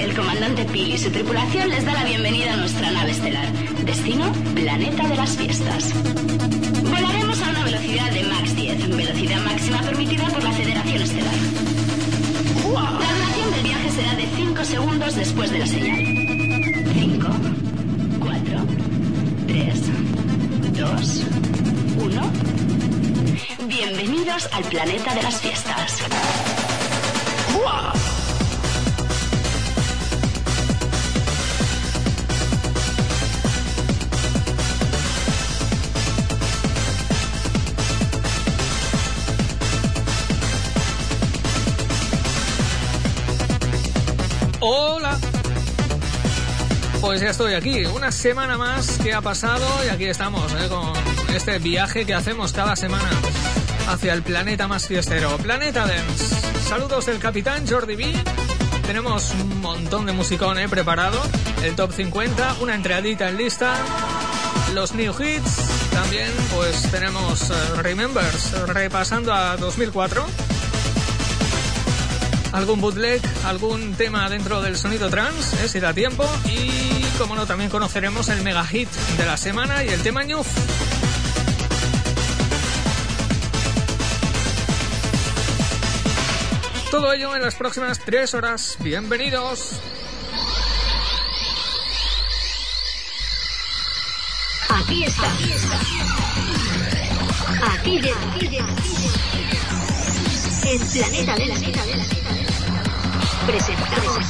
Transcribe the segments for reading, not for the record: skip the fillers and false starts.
El comandante Pil y su tripulación les da la bienvenida a nuestra nave estelar. Destino, planeta de las fiestas. Volaremos a una velocidad de Mach 10, velocidad máxima permitida por la Federación Estelar. La duración del viaje será de 5 segundos después de la señal. 5, 4, 3, 2, 1. Bienvenidos al planeta de las fiestas. Hola. Pues ya estoy aquí, una semana más que ha pasado y aquí estamos, con este viaje que hacemos cada semana hacia el planeta más fiestero, Planeta Dance. Saludos del capitán Jordi B. Tenemos un montón de musicón preparado, el top 50, una entradita en lista, los new hits, también pues tenemos Remembers repasando a 2004. Algún bootleg, algún tema dentro del sonido trance, si da tiempo. Y, como no, también conoceremos el mega hit de la semana y el tema Ñuf. Todo ello en las próximas 3 horas. Bienvenidos. Aquí está. Aquí llega. El planeta de la presentamos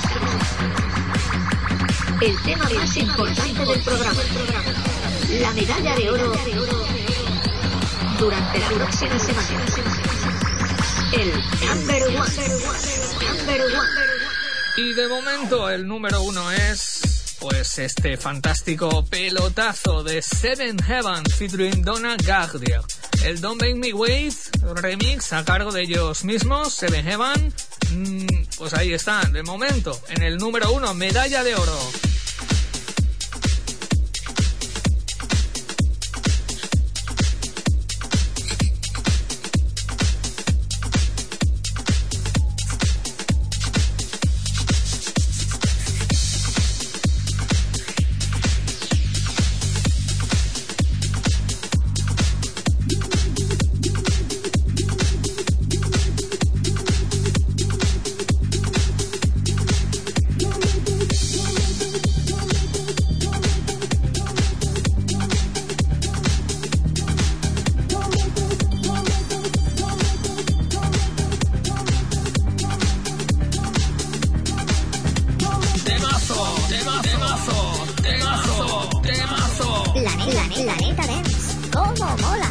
el tema más importante del programa, la medalla de oro durante la próxima semana, el number one. Y de momento el número 1 es pues este fantástico pelotazo de Seven Heaven featuring Donna Gagdier, el Don't Make Me Wait remix a cargo de ellos mismos, Seven Heaven. Pues ahí están, de momento, en el número 1, medalla de oro. Planeta Dance, ¿cómo mola?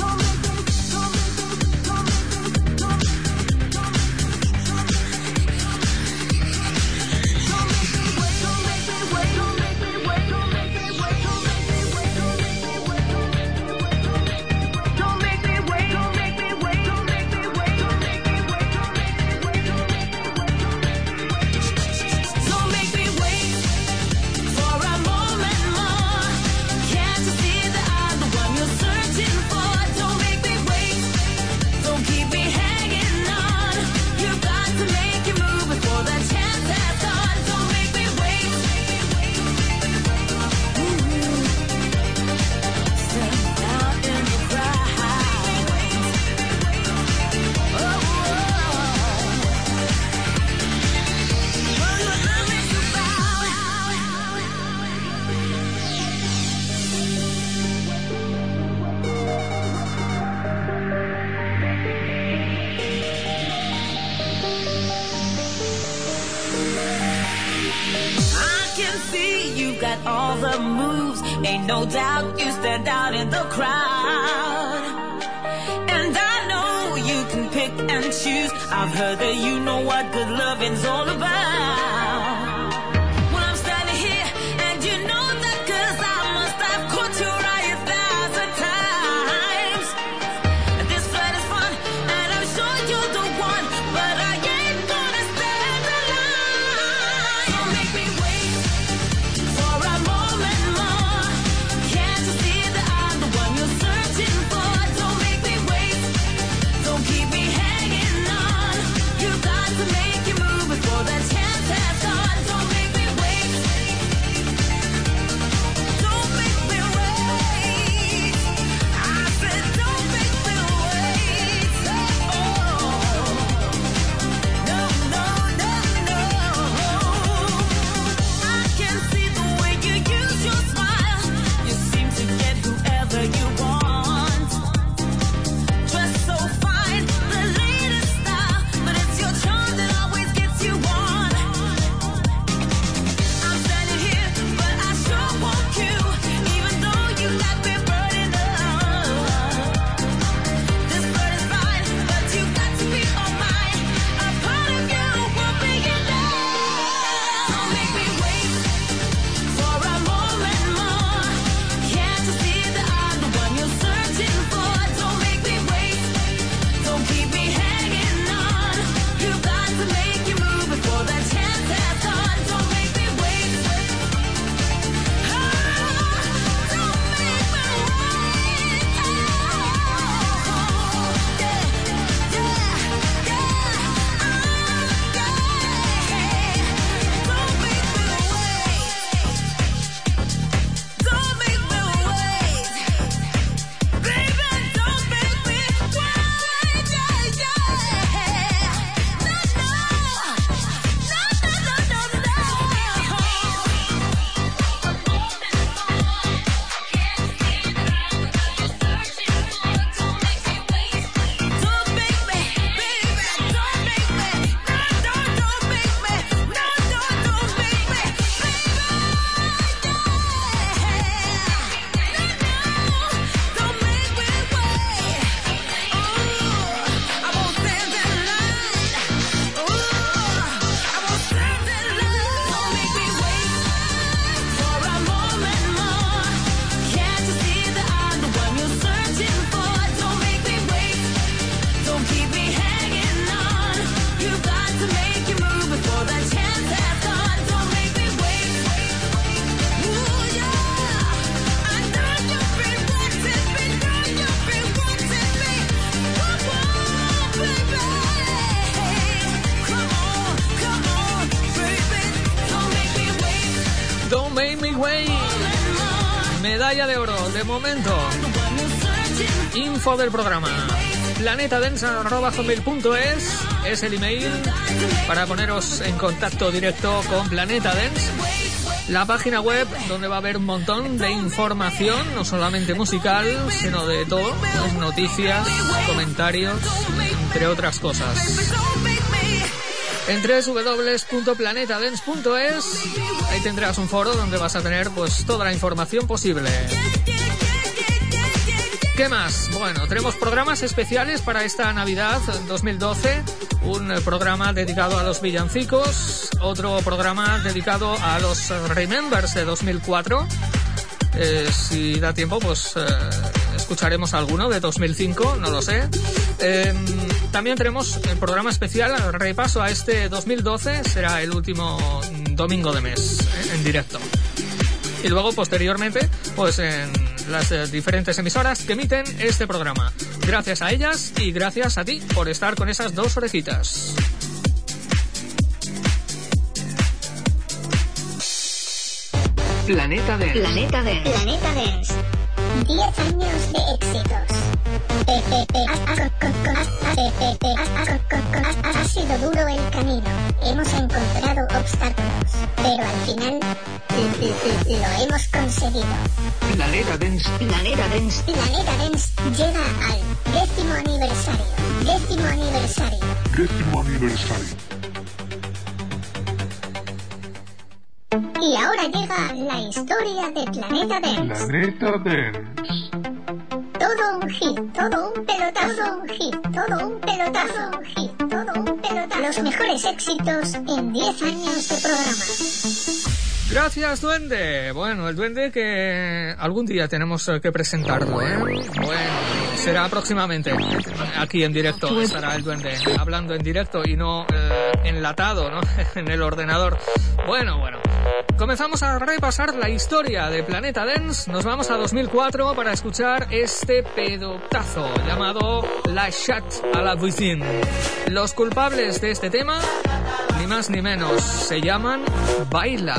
All the moves, ain't no doubt you stand out in the crowd. And I know you can pick and choose. I've heard that you know what good loving's all about. Well, I'm standing here and you know that 'cause I must have caught your eye 1,000 times. And this flight is fun and I'm sure you're the one, but I ain't gonna stand alive. So make me wait for a moment more. Can't you see that I'm the one you're searching for? Don't make me wait, don't keep me hanging on. You got to make your move before that chance has gone. Don't Way. Medalla de oro, de momento. Info del programa. planetadance@hotmail.es es el email para poneros en contacto directo con Planeta Dance. La página web donde va a haber un montón de información, no solamente musical, sino de todo, noticias, comentarios, entre otras cosas. En www.planetadance.es ahí tendrás un foro donde vas a tener pues toda la información posible. ¿Qué más? Bueno, tenemos programas especiales para esta Navidad 2012. Un programa dedicado a los villancicos, otro programa dedicado a los Remembers de 2004. Si da tiempo, pues escucharemos alguno de 2005, no lo sé. También tenemos el programa especial, repaso a este 2012, será el último domingo de mes, en directo. Y luego, posteriormente, pues en las diferentes emisoras que emiten este programa. Gracias a ellas y gracias a ti por estar con esas dos orejitas. Planeta Dance. Planeta Dance. Planeta Dance. 10 años de éxitos. Ha sido duro el camino. Hemos encontrado obstáculos, pero al final lo hemos conseguido. Planeta Dance. Planeta Dance. Planeta Dance llega al 10º aniversario. 10º aniversario. 10º aniversario. Y ahora llega la historia de Planeta Dance. Planeta Dance. Todo un hit, todo un pelotazo, un hit, todo un pelotazo, un hit, todo un pelotazo. Los mejores éxitos en 10 años de programa. Gracias, Duende. Bueno, el Duende que algún día tenemos que presentarlo, ¿eh? Bueno, será próximamente. Aquí en directo estará el Duende, hablando en directo y no enlatado, ¿no? En el ordenador. Bueno. Comenzamos a repasar la historia de Planeta Dance. Nos vamos a 2004 para escuchar este pedotazo llamado La Chat à la Voisine. Los culpables de este tema, ni más ni menos, se llaman Baila.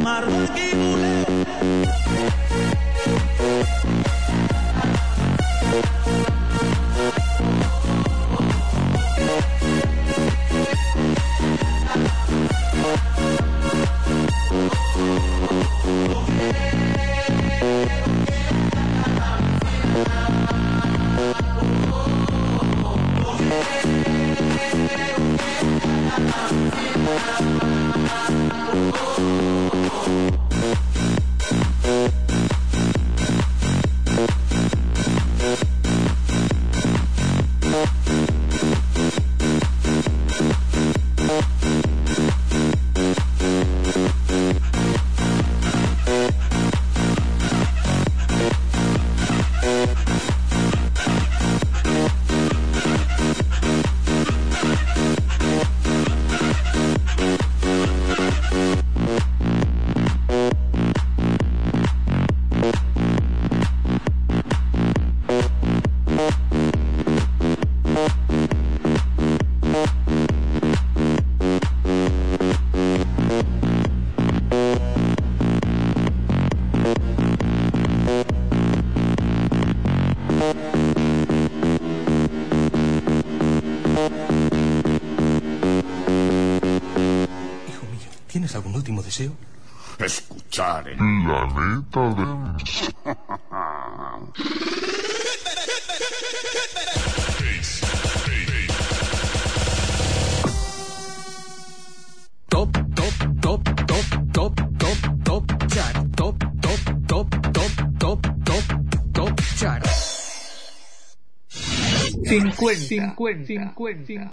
¿Tienes algún último deseo? Escuchar el planeta de... Top chart. Top chart. 50.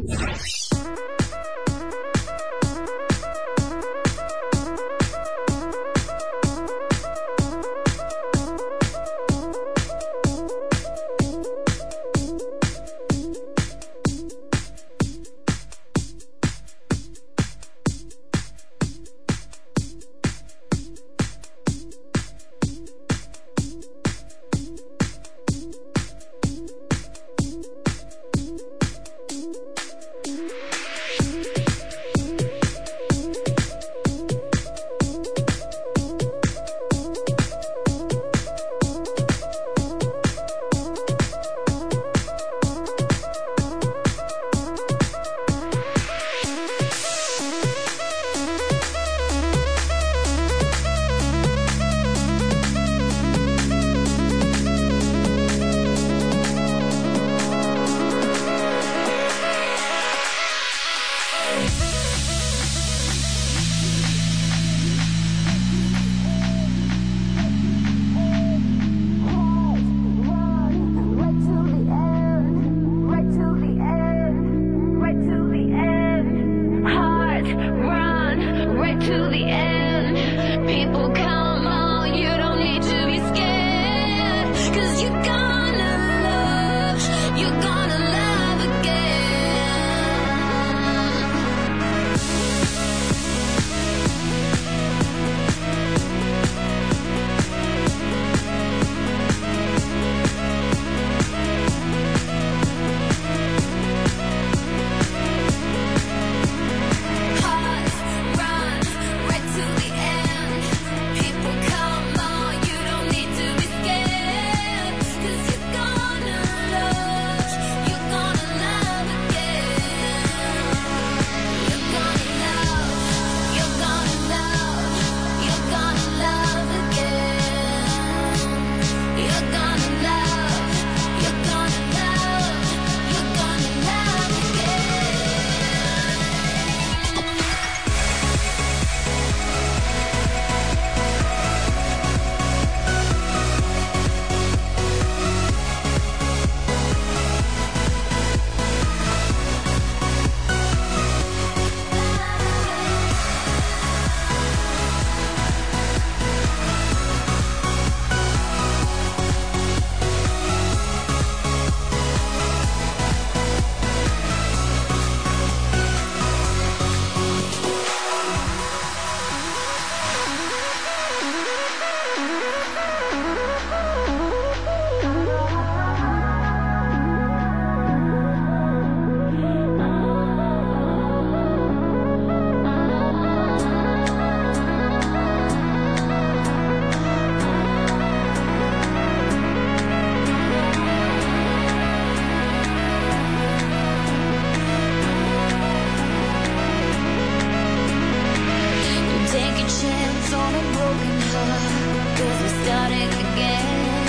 every chance on a broken heart, 'cause we're starting again.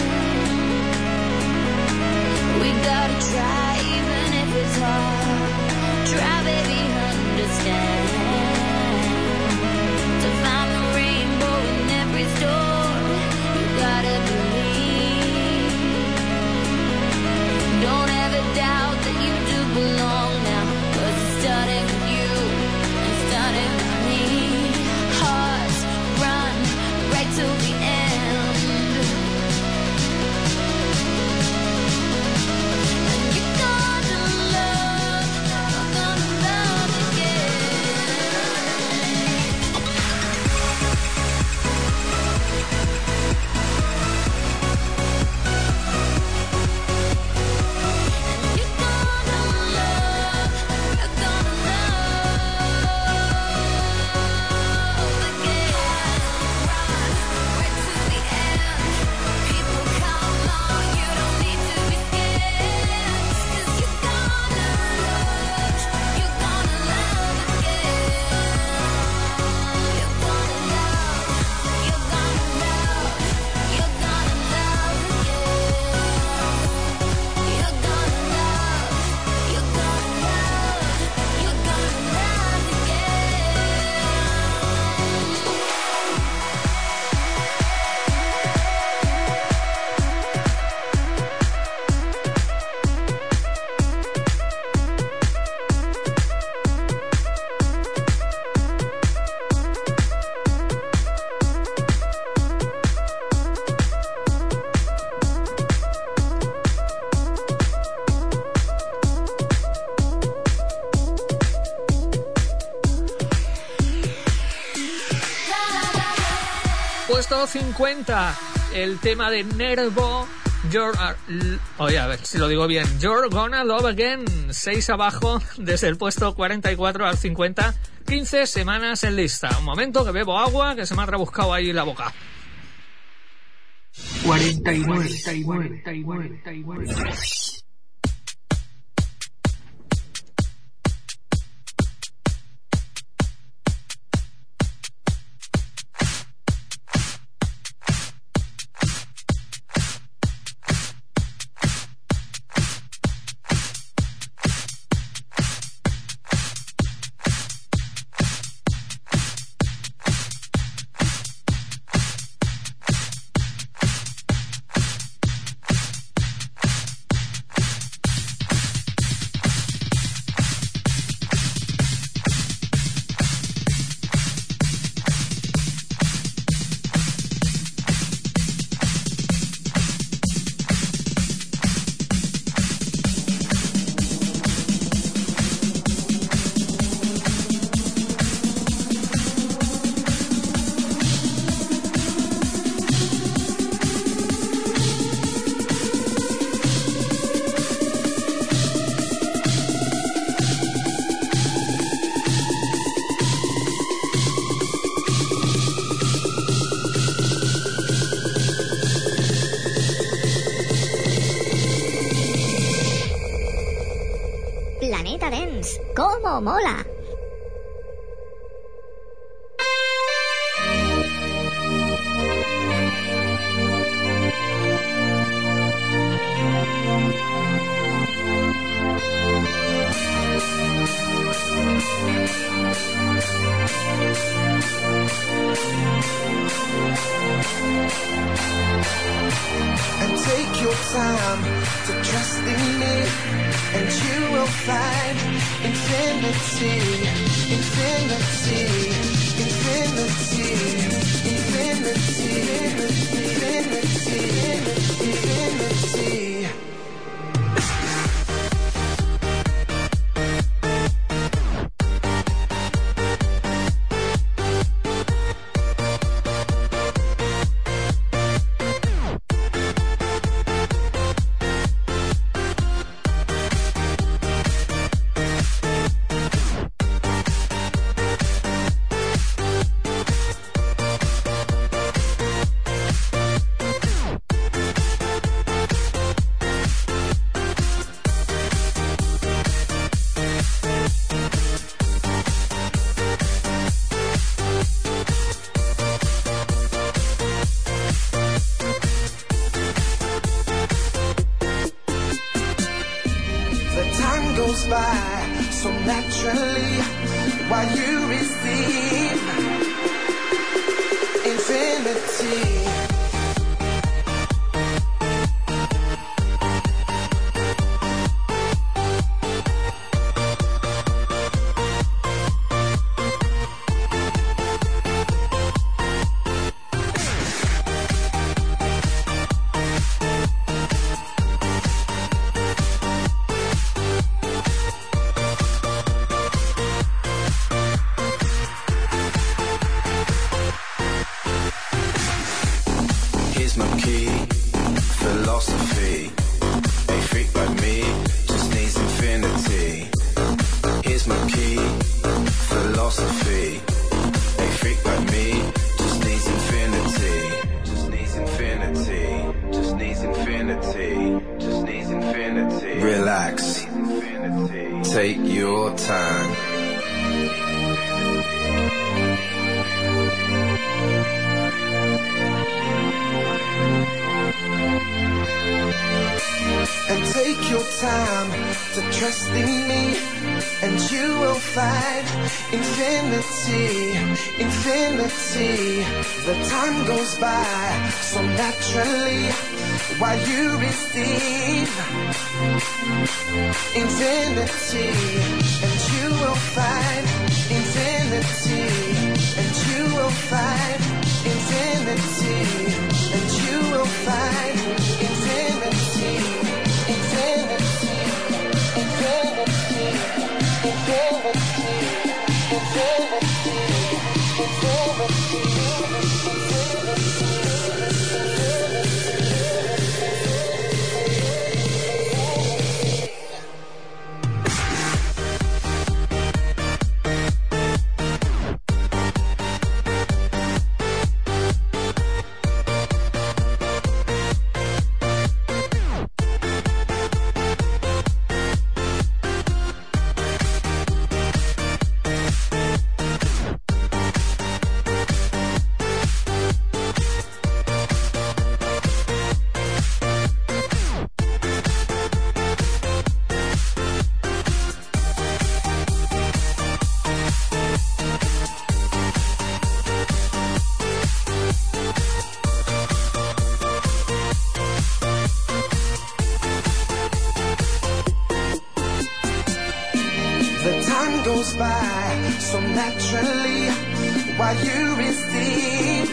We gotta try even if it's hard. Try, baby, understand. To find the rainbow in every storm, you gotta believe. Don't ever doubt that you do belong now, 'cause it's starting with you, it's starting with me. Hearts run right till the end. And you're gonna love again. You're gonna love again. Right to the end. People come on, you don't need to be scared. 'Cause you're gonna love again. You're gonna love again. You're gonna love again. You're gonna love again. You're gonna love again. Puesto 50, el tema de Nervo, oye, a ver si lo digo bien, You're Gonna Love Again, 6 abajo, desde el puesto 44 al 50, 15 semanas en lista. Un momento que bebo agua, que se me ha rebuscado ahí la boca. 49. Planeta Dance, ¡cómo mola! And take your time to trust in me, and you will find infinity, infinity, infinity, infinity, infinity, infinity. while you receive infinity. Here's my key, philosophy. A freak like me just needs infinity. Here's my key, philosophy. A freak like me just needs infinity. Just needs infinity. Just needs infinity. Just needs infinity. Relax. Take your time. And take your time to trust in me, and you will find infinity, infinity. The time goes by so naturally while you receive infinity, and you will find infinity, and you will find infinity, and you will find infinity. Infinity, infinity, infinity, infinity, goes by so naturally while you receive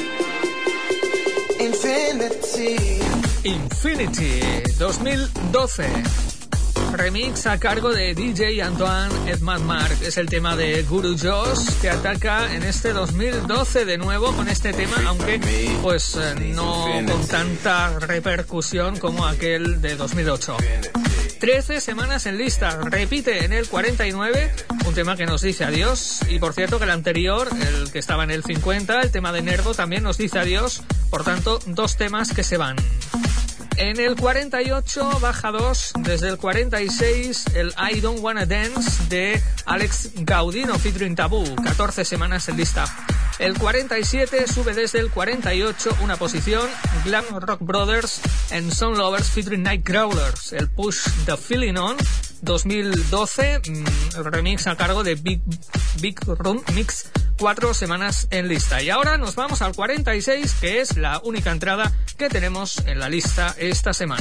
infinity. Infinity 2012. Remix a cargo de DJ Antoine Edmund Mark. Es el tema de Guru Josh que ataca en este 2012 de nuevo con este tema, aunque pues no con tanta repercusión como aquel de 2008. 13 semanas en lista, repite en el 49, un tema que nos dice adiós. Y por cierto que el anterior, el que estaba en el 50, el tema de Nervo, también nos dice adiós. Por tanto, dos temas que se van. En el 48 baja 2, desde el 46 el I Don't Wanna Dance de Alex Gaudino featuring Taboo, 14 semanas en lista. El 47 sube desde el 48 una posición, Glam Rock Brothers and Some Lovers featuring Nightcrawlers, el Push the Feeling On 2012, remix a cargo de Big Room Mix, 4 semanas en lista. Y ahora nos vamos al 46, que es la única entrada que tenemos en la lista esta semana.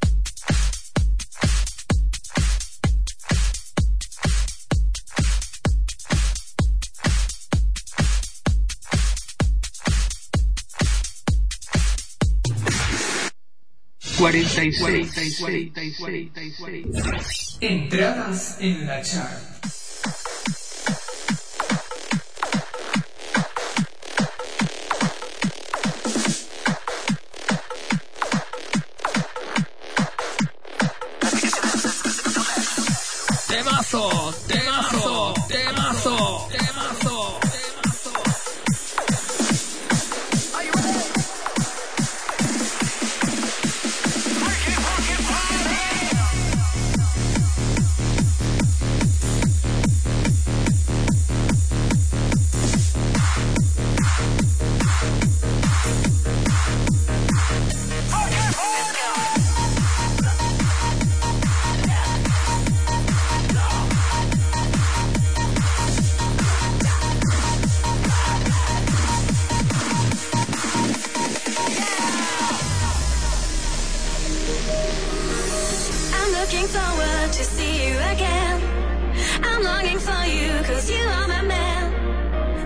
Entradas en la chart. Temazo, temazo, temazo, temazo.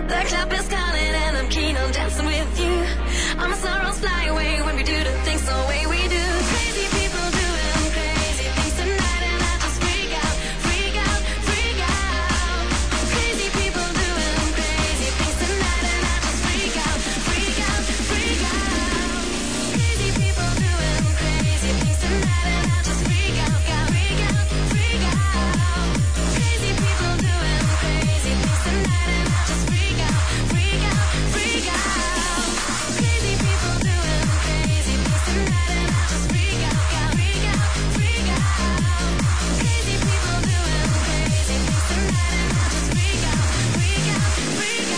The club is calling and I'm keen on dancing with you. All my sorrows fly away when we do the things the way we do. Crazy people doing crazy things tonight and I just freak out, freak out, freak out. Crazy people doing crazy things tonight and I just freak out, freak out, freak out. Crazy people doing crazy things tonight and I just freak out, freak out, freak out. Crazy people doing crazy things tonight and I just freak out, freak out, freak out. Crazy people doing crazy things tonight and I just freak out, freak out, freak out. Crazy people doing crazy things tonight and I just freak out, freak out, freak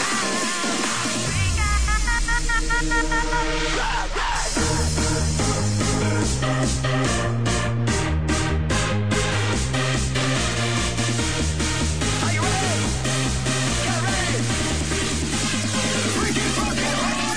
Are you ready? Get ready. Freaky fucking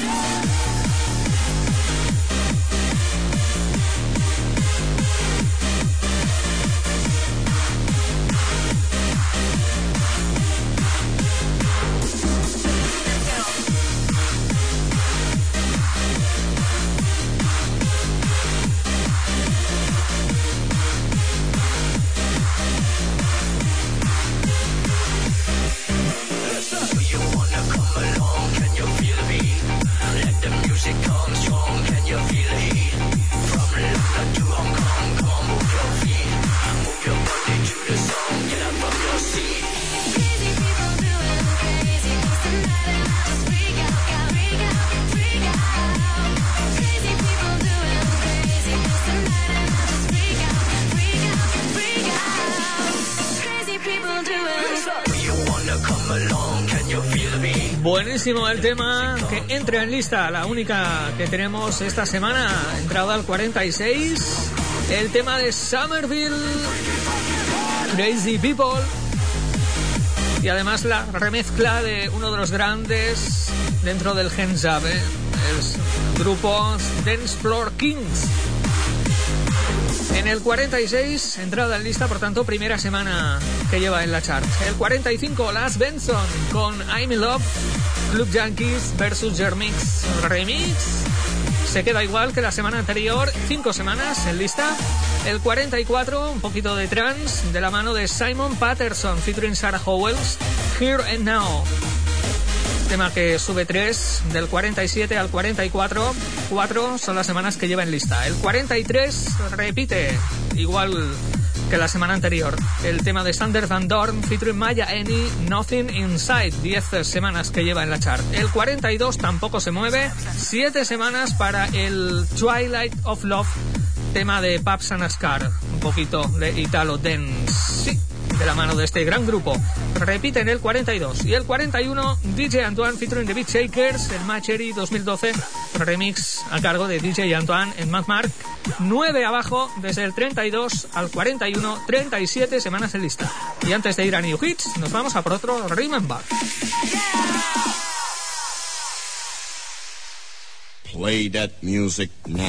You wanna come along, can you feel the beat? Let the music come strong, can you feel the heat? From London to Hong Kong, come on, move your feet. Move your body to the song, get up from your seat. Crazy people doing crazy things tonight and I just freak out, freak out, freak out. Crazy people doing crazy things tonight and I just freak out, freak out, freak out. Crazy people doing. You wanna come along, can you feel the beat? Buenísimo el tema que entra en lista, la única que tenemos esta semana, entrado al 46, el tema de Somerville, Crazy People, y además la remezcla de uno de los grandes dentro del Hands Up, el grupo Dance Floor Kings. En el 46, entrada en lista, por tanto, primera semana que lleva en la chart. El 45, Las Benson con I'm in Love, Club Yankees vs Jermix Remix. Se queda igual que la semana anterior, 5 semanas en lista. El 44, un poquito de trance, de la mano de Simon Patterson, featuring Sarah Howells, Here and Now. Tema que sube 3, del 47 al 44, 4 son las semanas que lleva en lista. El 43 repite, igual que la semana anterior, el tema de Sander Van Doorn, featuring Maya Annie, Nothing Inside, 10 semanas que lleva en la chart. El 42 tampoco se mueve, 7 semanas para el Twilight of Love, tema de Paps and Scar, un poquito de Italo Dance, sí, de la mano de este gran grupo. Repite en el 42. Y el 41, DJ Antoine featuring The Beat Shakers, el Matchery 2012 remix a cargo de DJ Antoine en Mad Mark. 9 abajo, desde el 32 al 41, 37 semanas en lista. Y antes de ir a New Hits, nos vamos a por otro Remember. Play that music now.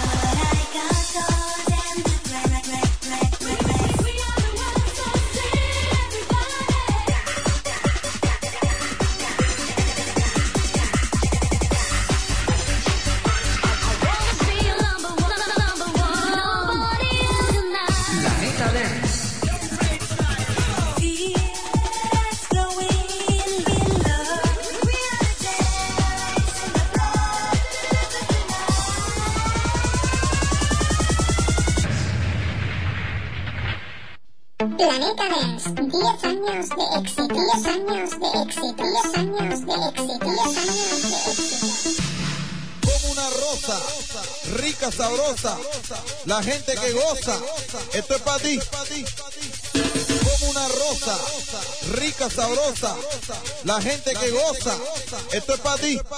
Planeta Dance, 10 años de éxito, 10 años de éxito, 10 años de éxito, 10 años de éxito. Como una rosa, rica, sabrosa, la gente que goza, esto es para ti. Como una rosa, rica, sabrosa, la gente que goza, esto es para ti.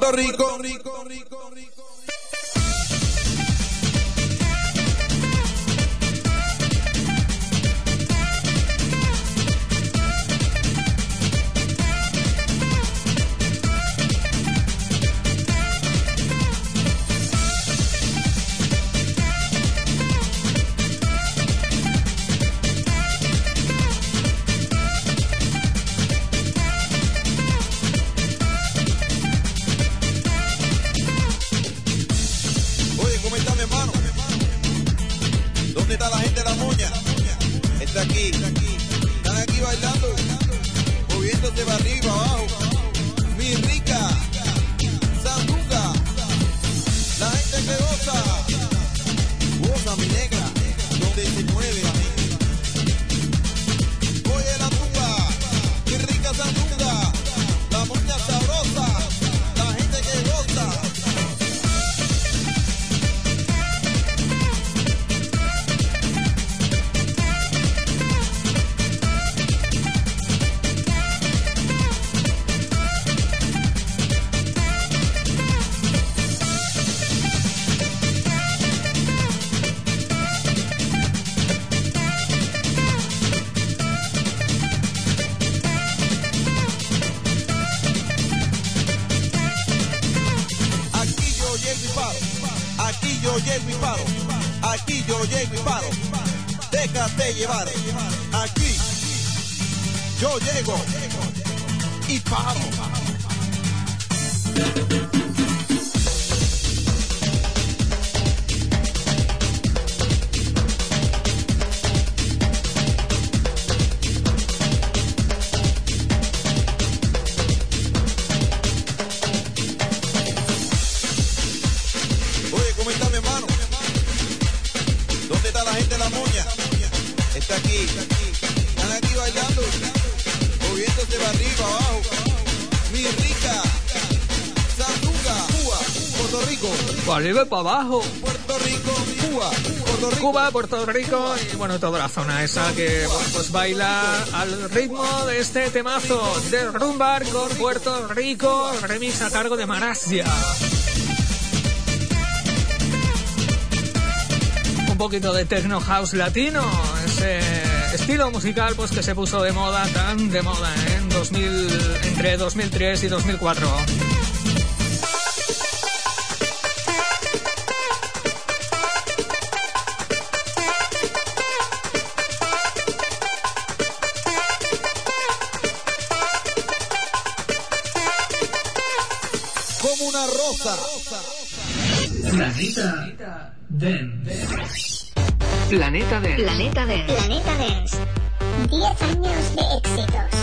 Puerto Rico. Están aquí bailando, moviéndose para arriba, abajo. Mi rica, Sandunga, la gente que goza mi negra, donde se mueve la gente. Oye la tumba, mi rica Sandunga, la moña sabrosa, la gente que goza. Aquí yo llego y paro, déjate llevar. Aquí yo llego y paro. Oye, ¿cómo está mi hermano? ¿Dónde está la gente de la moña? Está aquí. Están aquí bailando, moviéndose para arriba, abajo. Mi rica, Sandunga, Cuba, Puerto Rico. Para arriba y para abajo. Puerto Rico, Cuba, Puerto Rico. Cuba, Puerto Rico y bueno, toda la zona esa que bueno, pues baila al ritmo de este temazo de Rumbar con Puerto Rico, remix a cargo de Marasia. Un poquito de techno house latino, ese estilo musical pues que se puso de moda, tan de moda en entre 2003 y 2004. Como una rosa. Planeta Dance. Planeta Dance. Planeta Dance. Planeta Dance. 10 años de éxitos.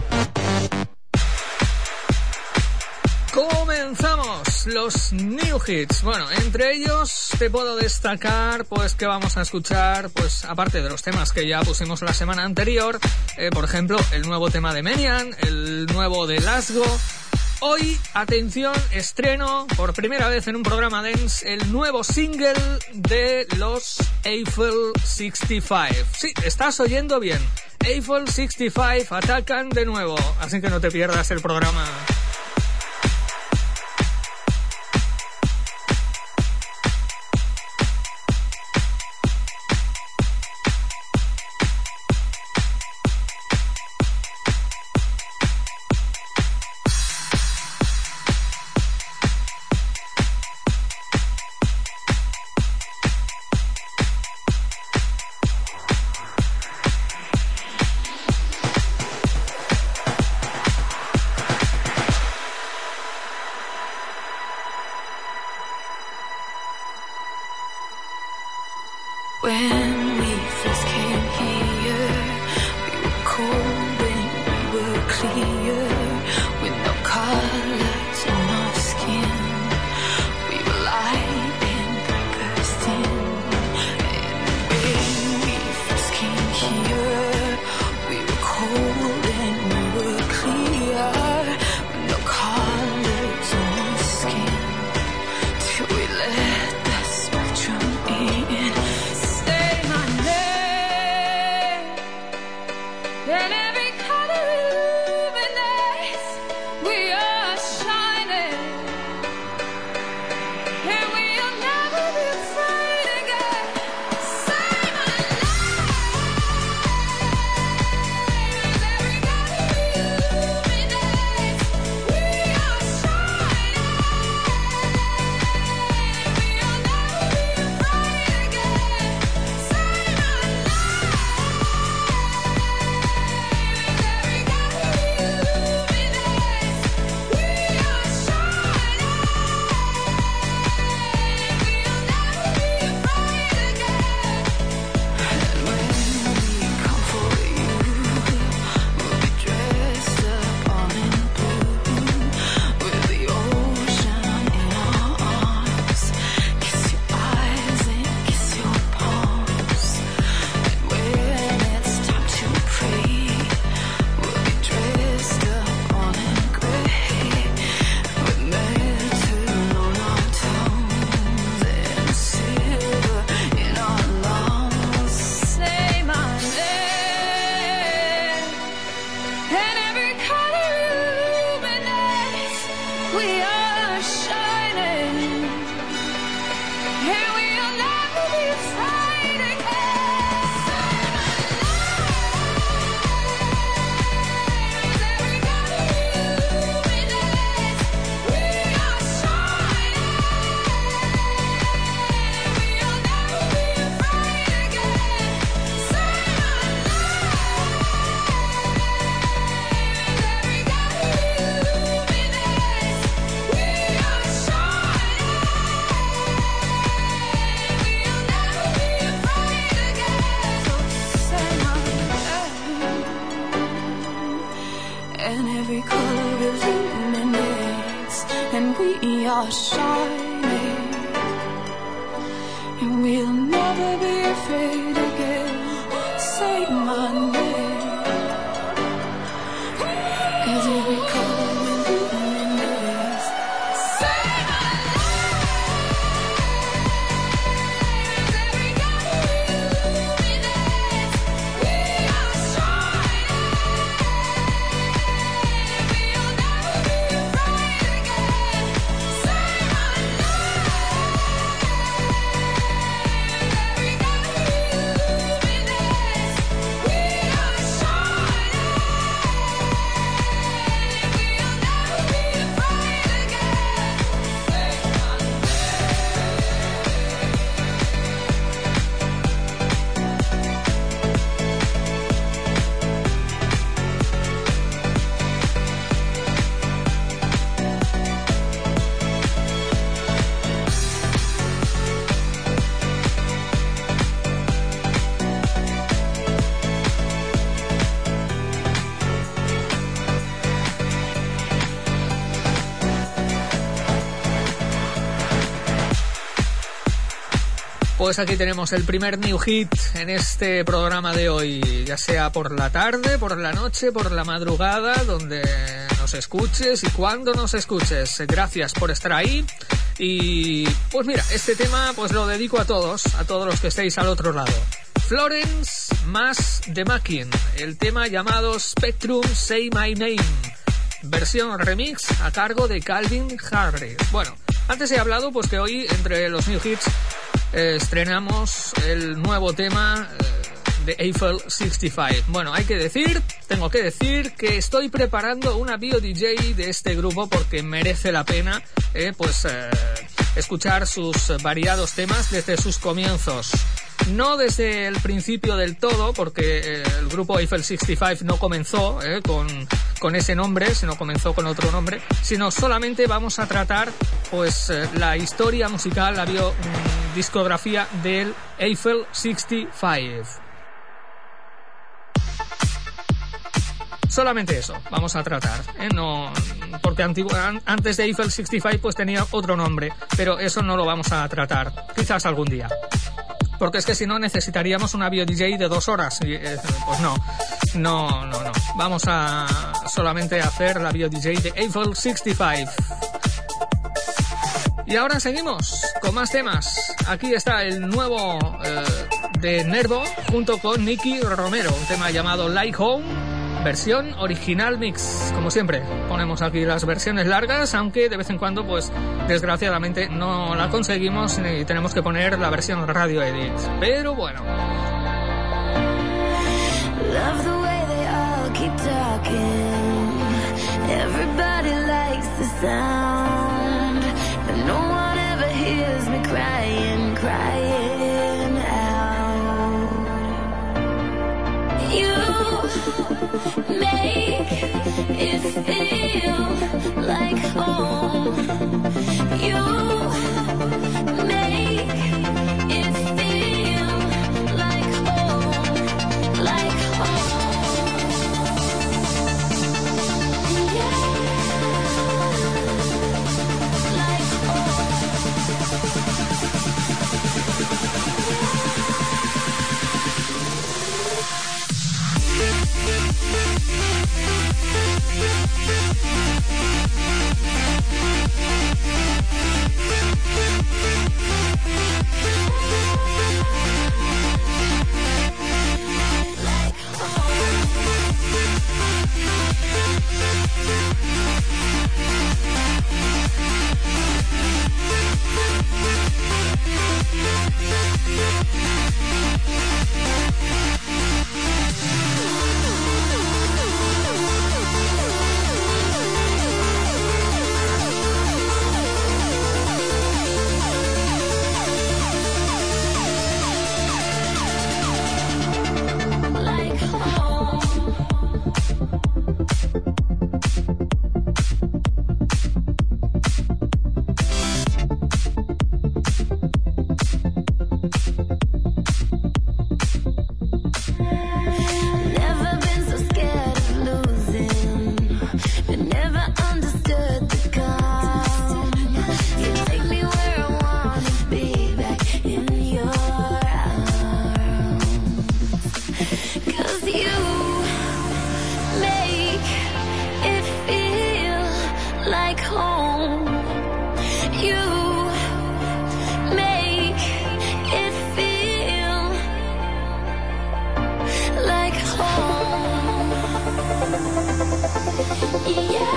Comenzamos los new hits. Bueno, entre ellos te puedo destacar pues que vamos a escuchar, pues aparte de los temas que ya pusimos la semana anterior, por ejemplo, el nuevo tema de Menian, el nuevo de Lasgo. Hoy, atención, estreno por primera vez en un programa dance el nuevo single de los Eiffel 65. Sí, estás oyendo bien. Eiffel 65 atacan de nuevo, así que no te pierdas el programa. When we first came here, we were cold and we were clear, with no colors on our skin. We were light and bursting. And when we first came here, we were cold and we were clear, with no colors on our skin. Till we let the spectrum in. Stay and we are shining, and we'll never be afraid again. Say my name, 'cause every color illuminates. Say my name, every color illuminates. We are shining, we'll never be afraid again. Say my name, every color illuminates. We are shining, we'll never be afraid again. Say my Pues aquí tenemos el primer new hit en este programa de hoy, ya sea por la tarde, por la noche, por la madrugada, donde nos escuches y cuando nos escuches. Gracias por estar ahí. Y pues mira, este tema pues lo dedico a todos los que estéis al otro lado. Florence más The Makin, el tema llamado Spectrum Say My Name, versión remix a cargo de Calvin Harris. Bueno, antes he hablado pues que hoy entre los new hits estrenamos el nuevo tema de Eiffel 65. Bueno, tengo que decir que estoy preparando una bio DJ de este grupo porque merece la pena escuchar sus variados temas desde sus comienzos. No desde el principio del todo, porque el grupo Eiffel 65 no comenzó con ese nombre, sino comenzó con otro nombre, sino solamente vamos a tratar pues la historia musical, la discografía del Eiffel 65. Solamente eso vamos a tratar, no, porque antes de Eiffel 65 pues tenía otro nombre, pero eso no lo vamos a tratar, quizás algún día. Porque es que si no necesitaríamos una bio DJ de 2 horas y pues no. Vamos a solamente hacer la bio DJ de Eiffel 65. Y ahora seguimos con más temas. Aquí está el nuevo de Nervo junto con Nicky Romero, un tema llamado Like Home, versión original mix. Como siempre, ponemos aquí las versiones largas, aunque de vez en cuando, pues, desgraciadamente no la conseguimos y tenemos que poner la versión radio edit. Pero bueno. Love the way they all keep talking. Everybody likes the sound, but no one ever hears me crying out. You make it feel like home. You make it feel like home, like home. Yeah, like home. home. You make it feel like home. Yeah.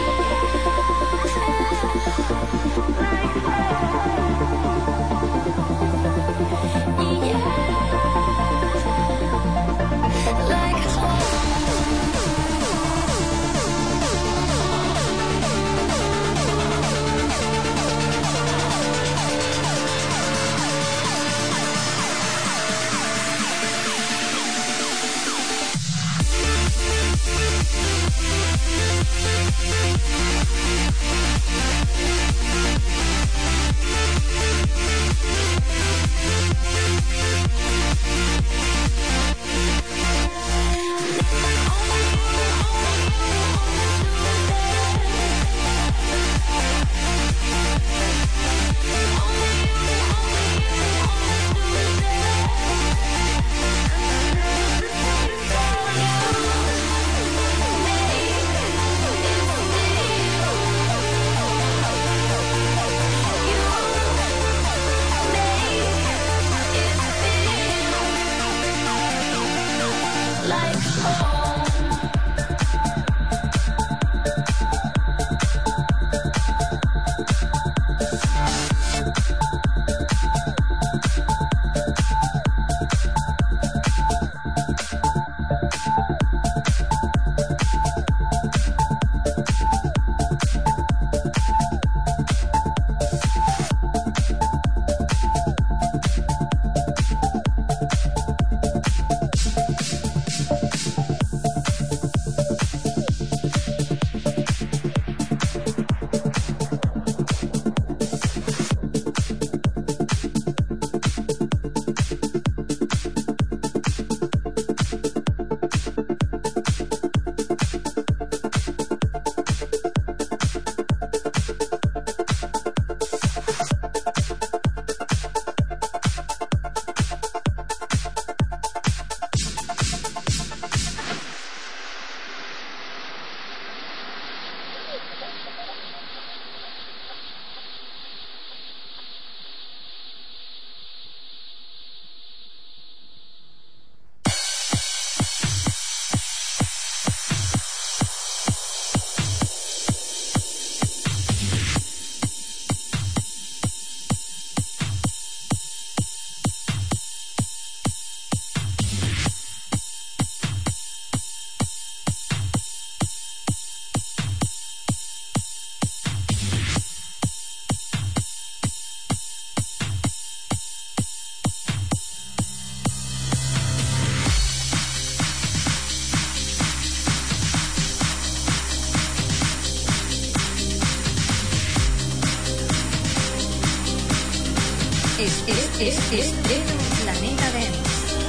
Es Planeta Dance.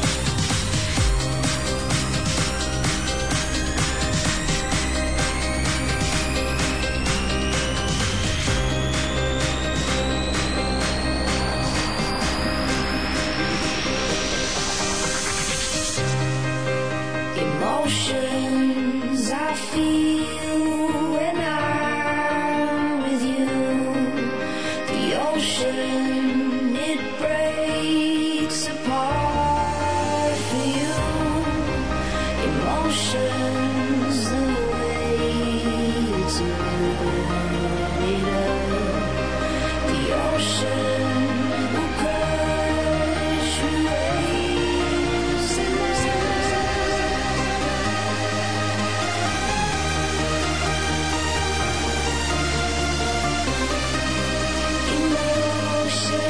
Emotions I feel when I'm with you. The ocean, it breaks apart for you. Emotions, the waves are made of. The ocean will crush waves and emotions.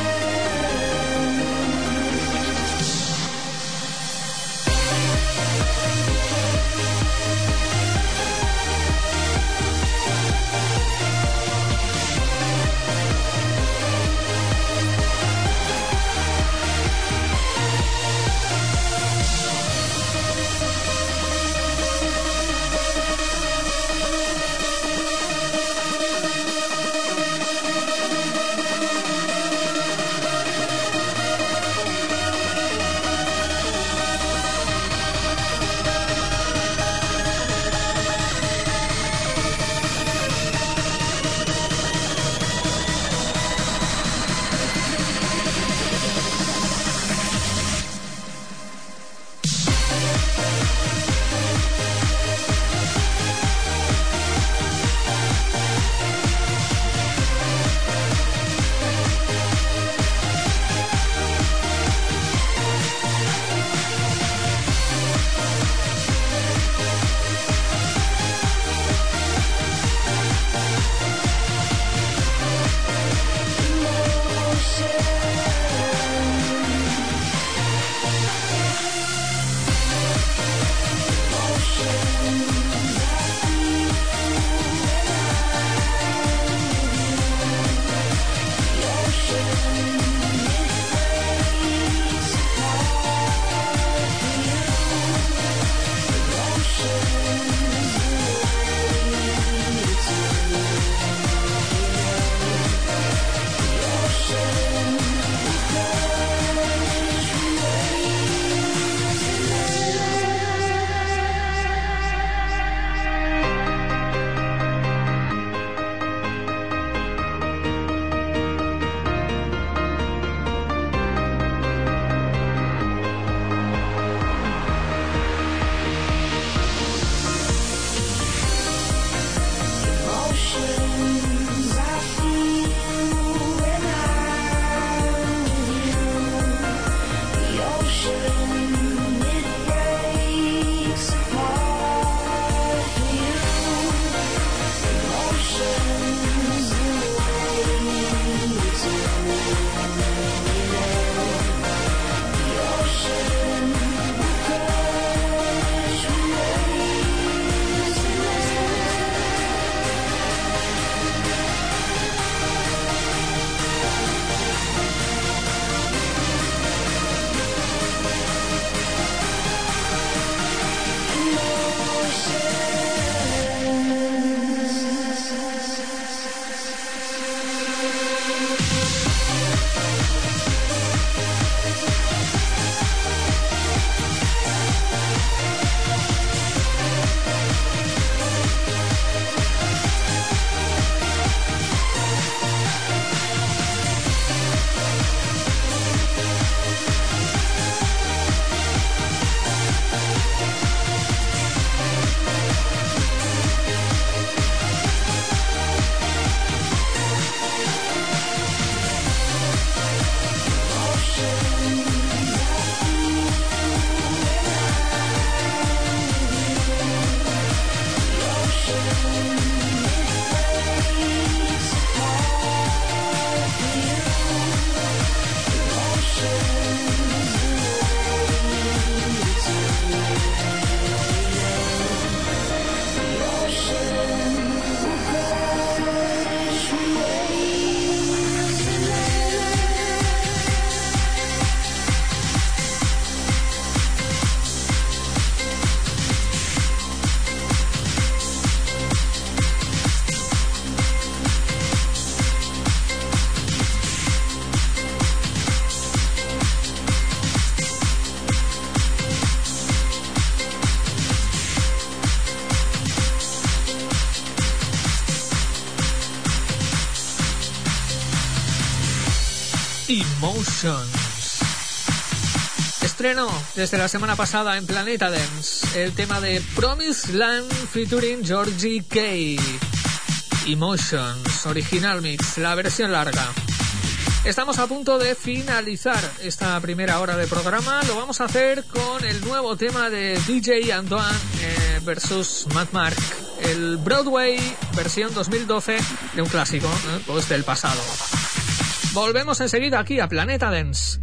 Emotions. Estreno desde la semana pasada en Planeta Dance el tema de Promised Land featuring Georgie K. Emotions, original mix, la versión larga. Estamos a punto de finalizar esta primera hora de programa. Lo vamos a hacer con el nuevo tema de DJ Antoine versus Mad Mark, el Broadway versión 2012 de un clásico, pues del pasado. Volvemos enseguida aquí a Planeta Dance.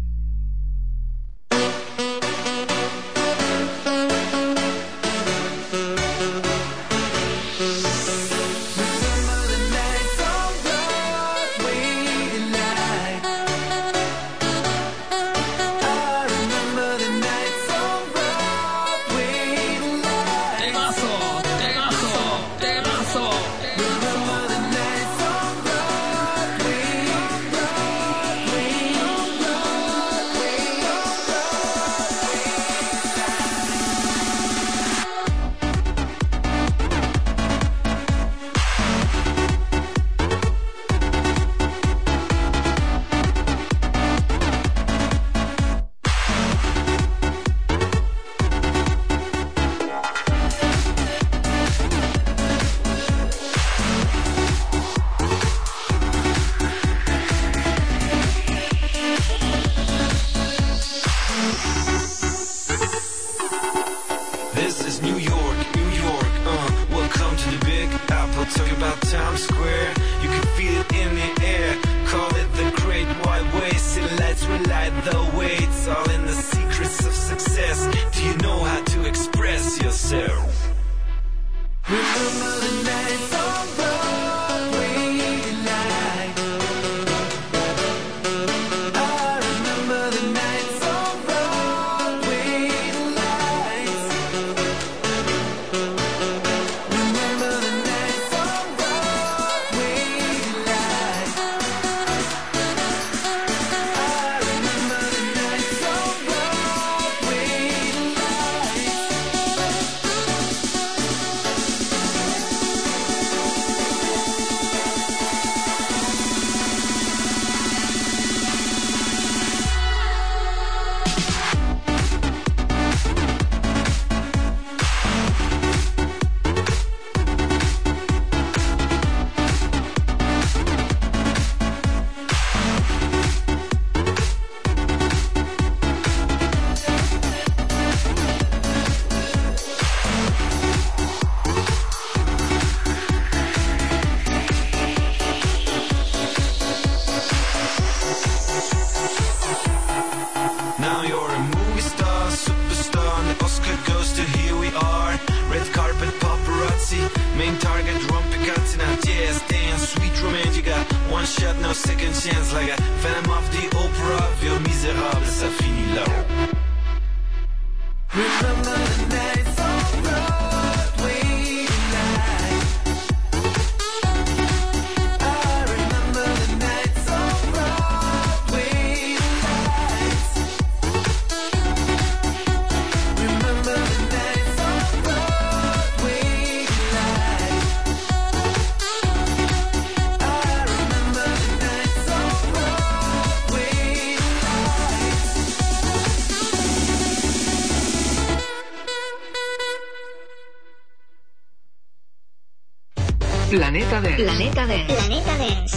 Planeta Dance. Planeta Dance. Planeta Dance.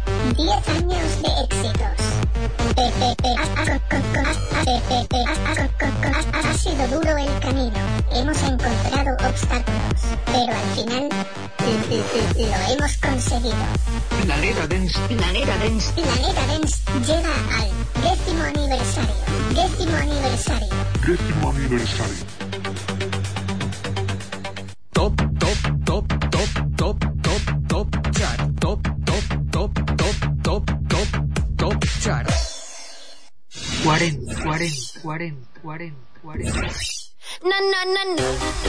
10 años de éxitos. Ha sido duro el camino. Hemos encontrado obstáculos, pero al final lo hemos conseguido. Planeta Dance. Planeta Dance. Planeta Dance llega al 10º aniversario. 10º aniversario. 10º aniversario. Top chart. 40. No.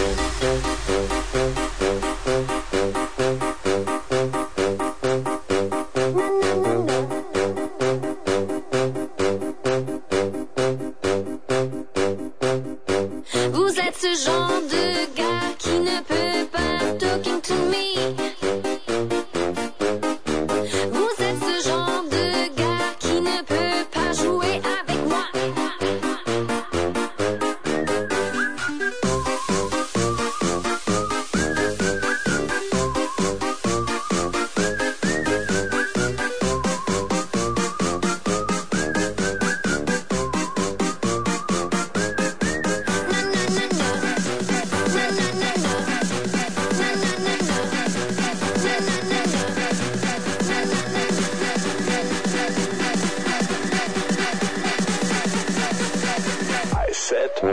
Vous êtes ce genre de gars qui ne peut pas talking to me. Vous êtes ce genre de gars qui ne peut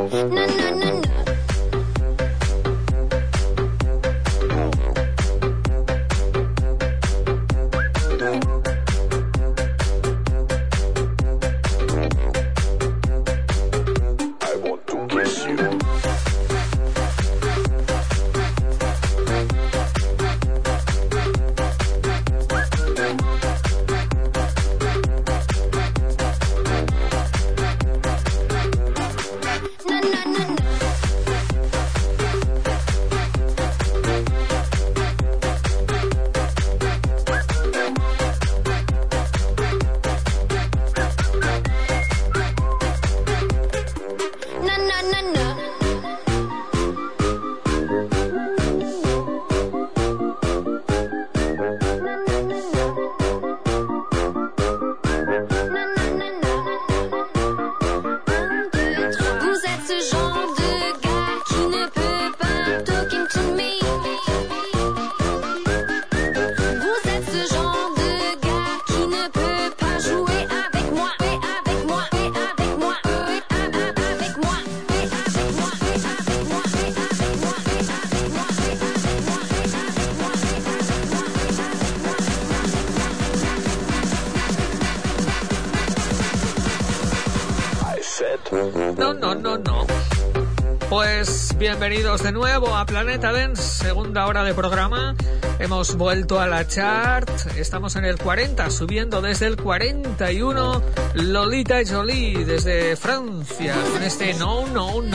No. Pues bienvenidos de nuevo a Planeta Dance, segunda hora de programa. Hemos vuelto a la chart, estamos en el 40, subiendo desde el 41 Lolita Jolie desde Francia con este No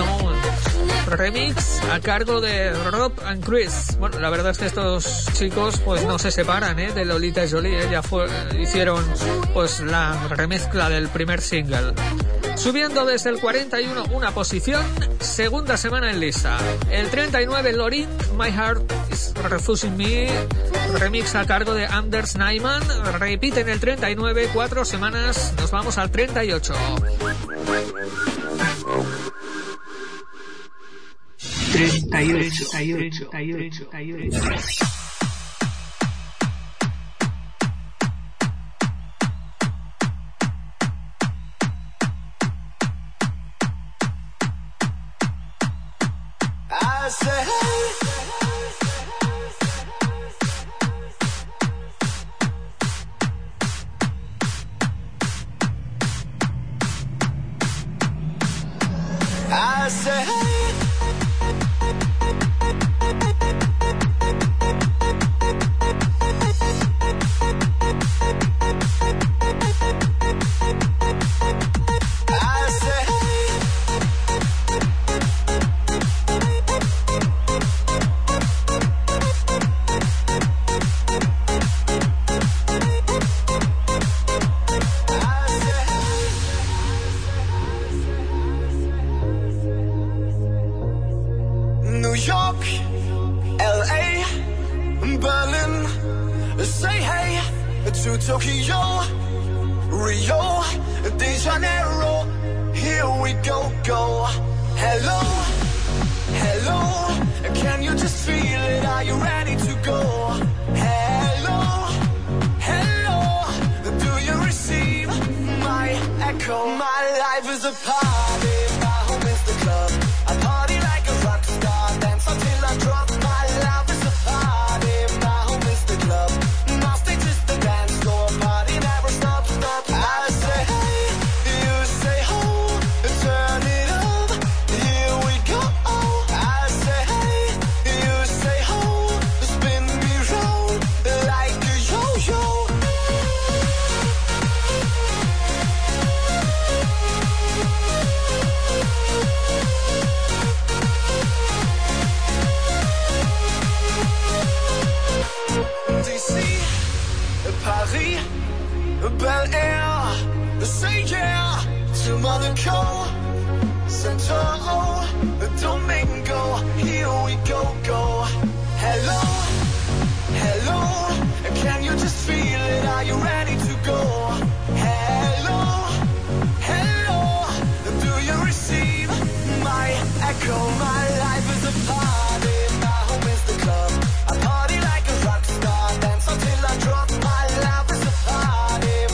remix a cargo de Rob and Chris. Bueno, la verdad es que estos chicos pues no se separan de Lolita Jolie, ya hicieron pues la remezcla del primer single. Subiendo desde el 41 una posición, segunda semana en lista. El 39, Lorin, My Heart is Refusing Me, remix a cargo de Anders Nyman. Repite en el 39, 4 semanas, nos vamos al 38. 38.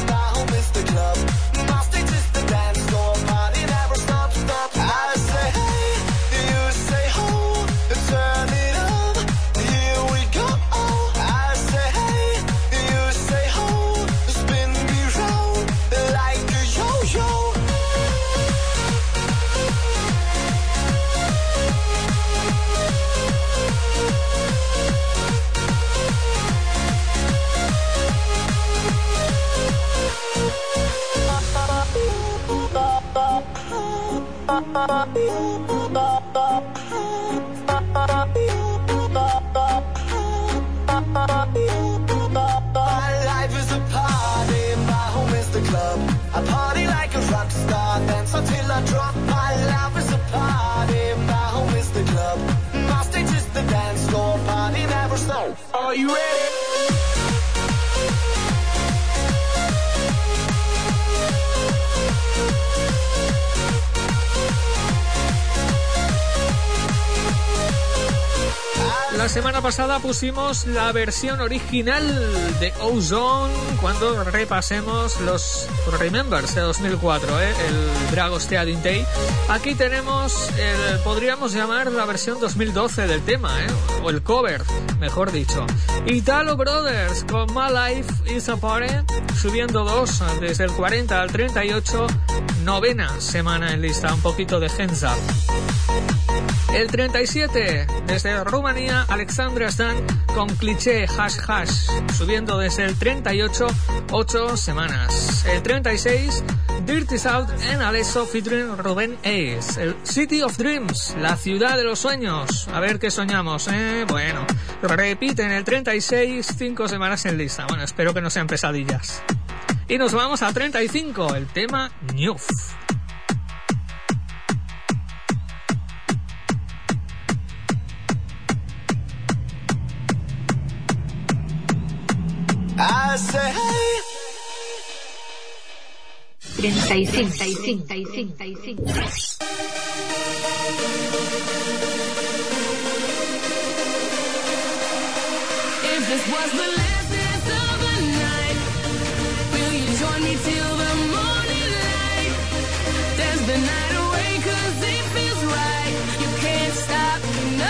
I say life is a party, my home is the club. I party like a rock star, dance until I drop. My life is a party, my home is the club. My stage is the dance floor, party never stops. Are you ready? La semana pasada pusimos la versión original de Ozone cuando repasemos los Remembers de 2004, el Dragosteading Day. Aquí tenemos, podríamos llamar la versión 2012 del tema, o el cover, mejor dicho. Italo Brothers con My Life is a Party, subiendo 2 desde el 40 al 38, novena semana en lista, un poquito de hands up. El 37, desde Rumanía, Alexandra Stan con Cliché Hash Hash, subiendo desde el 38, 8 semanas. El 36, Dirty South en Alesso featuring Rubén Ace. El City of Dreams, la ciudad de los sueños. A ver qué soñamos, Bueno, repiten el 36, 5 semanas en lista. Bueno, espero que no sean pesadillas. Y nos vamos al 35, el tema New. I say, hey. 35. If this was the last dance of the night, will you join me till the morning light? Dance the night away 'cause it feels right. You can't stop, no.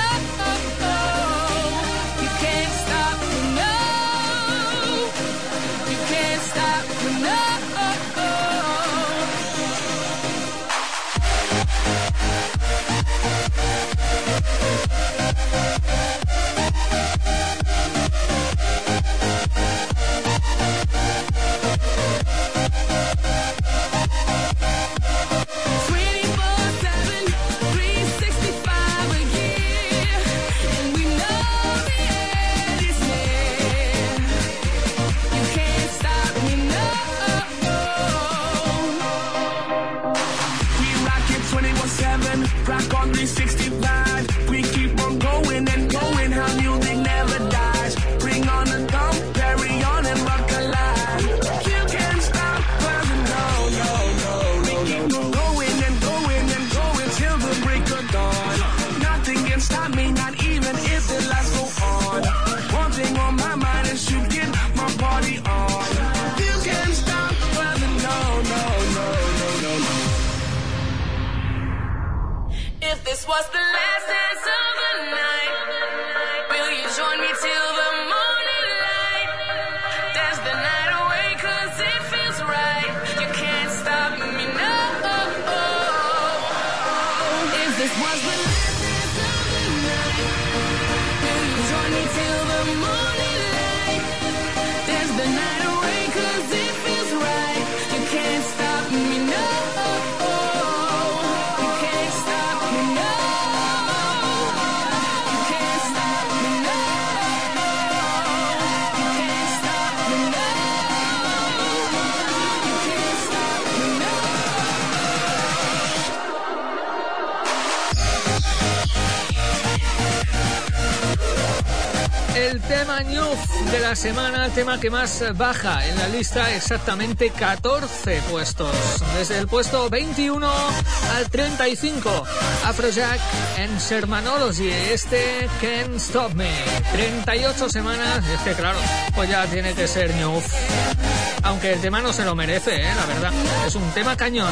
You can't stop, no. You can't stop, no. Rock on 365. We keep on going and going. How music never dies. Bring on the dump, carry on and rock alive. You can't stop, but no. We keep on going and going and going till the break of dawn. Nothing can stop me, not even if the lights go on. One thing on my mind is to get my party on. You can't stop, but no. If this was the last dance of the night, will you join me till the morning light? Dance the night away 'cause it feels right. You can't stop me, no. If this was the last dance of the night, will you join me till the morning light? Dance the night away 'cause it feels right. You can't stop me, no. El tema New de la semana, el tema que más baja en la lista, exactamente 14 puestos. Desde el puesto 21 al 35, Afrojack en Sermanology, Can't Stop Me. 38 semanas, claro, pues ya tiene que ser New. Aunque el tema no se lo merece, la verdad. Es un tema cañón.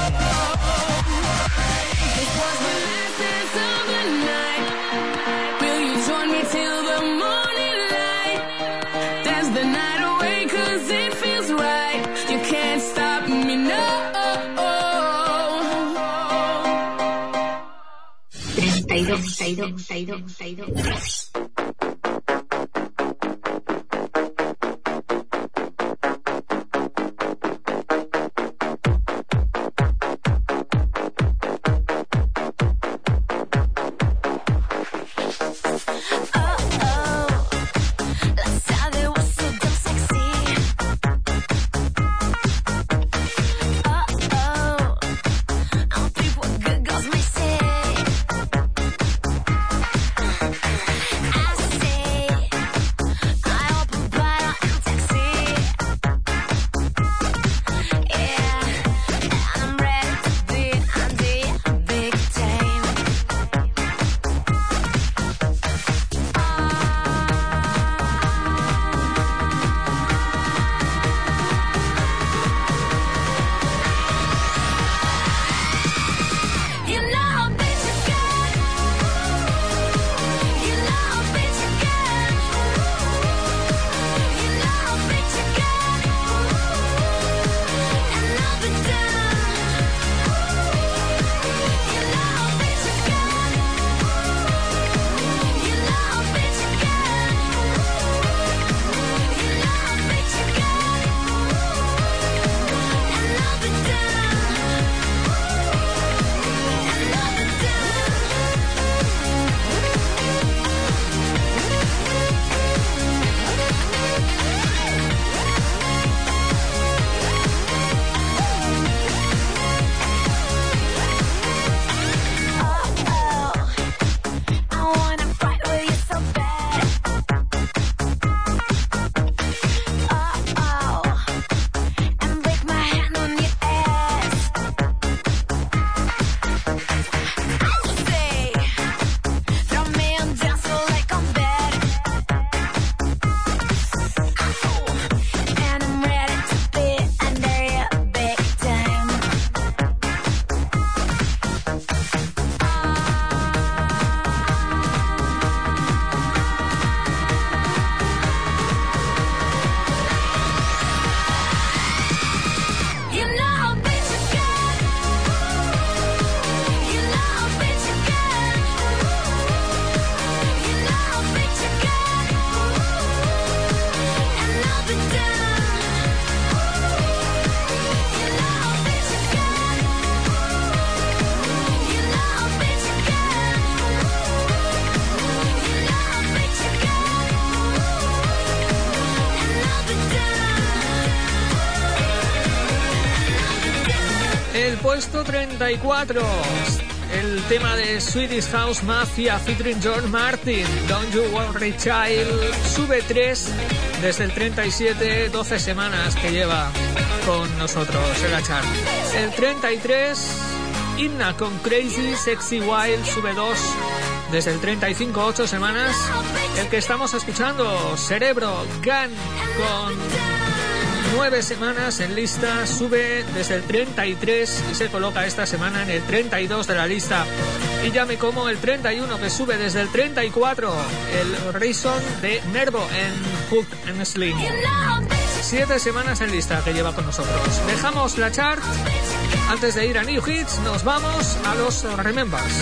El puesto 34, el tema de Swedish House Mafia featuring John Martin, Don't You Worry Child, sube 3 desde el 37, 12 semanas que lleva con nosotros en la chart. El 33, Inna con Crazy Sexy Wild, sube 2 desde el 35, 8 semanas. El que estamos escuchando, Cerebro, Gun, con 9 semanas en lista, sube desde el 33 y se coloca esta semana en el 32 de la lista. Y ya me como el 31, que sube desde el 34, el Reason de Nervo en Hook and Slim. 7 semanas en lista que lleva con nosotros. Dejamos la chart. Antes de ir a New Hits, nos vamos a los Remembers.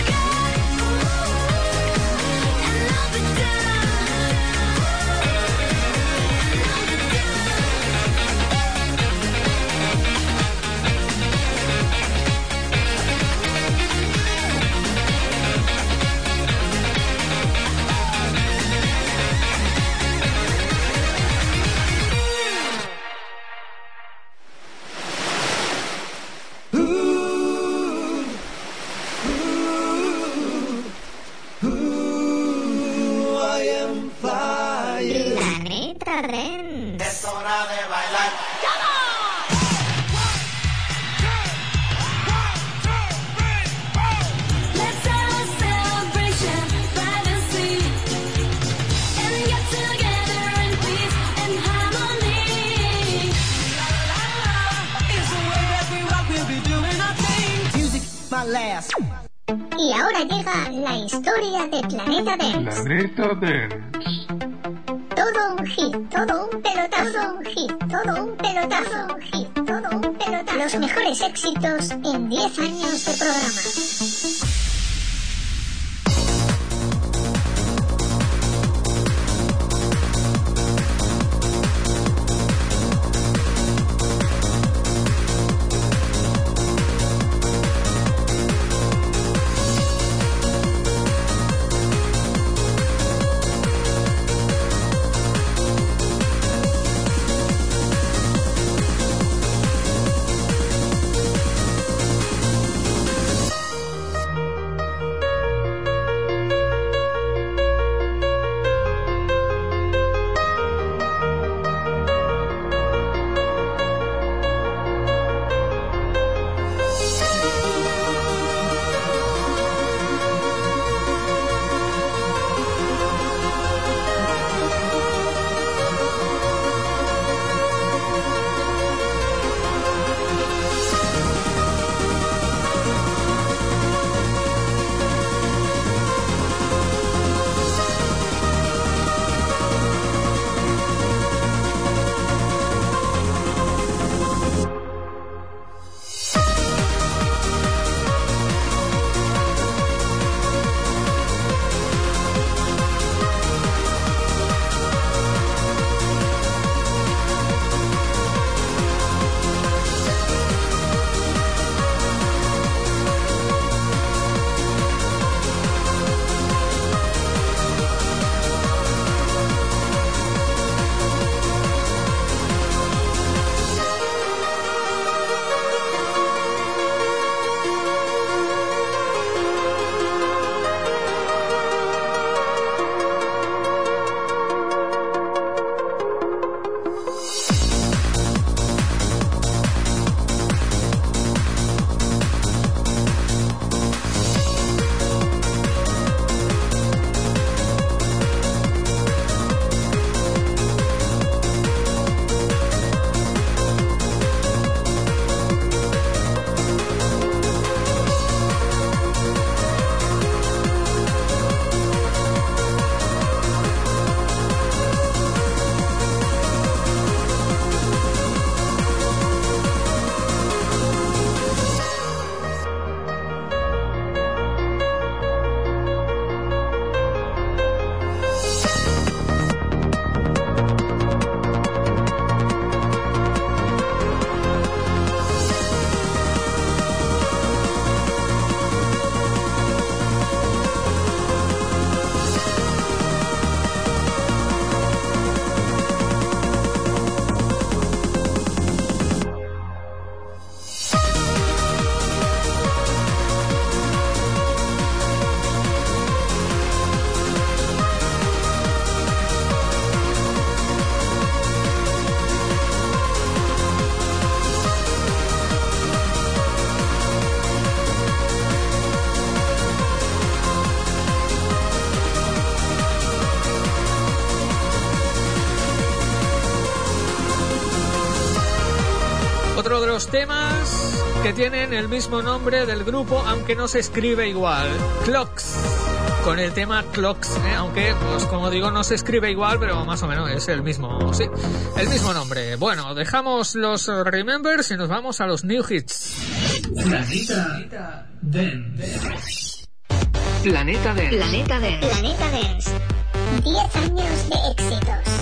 Y ahora llega la historia de Planeta Dance. Planeta Dance. Todo un hit, todo un pelotazo, un hit, todo un pelotazo, un hit, todo un pelotazo. Los mejores éxitos en 10 años de programa. Otro de los temas que tienen el mismo nombre del grupo, aunque no se escribe igual. Clocks. Con el tema Clocks, aunque, pues como digo, no se escribe igual, pero más o menos es el mismo, sí, el mismo nombre. Bueno, dejamos los Remembers y nos vamos a los New Hits. Planeta Dance. Planeta Dance. Planeta Dance. Planeta Dance. 10 años de éxitos.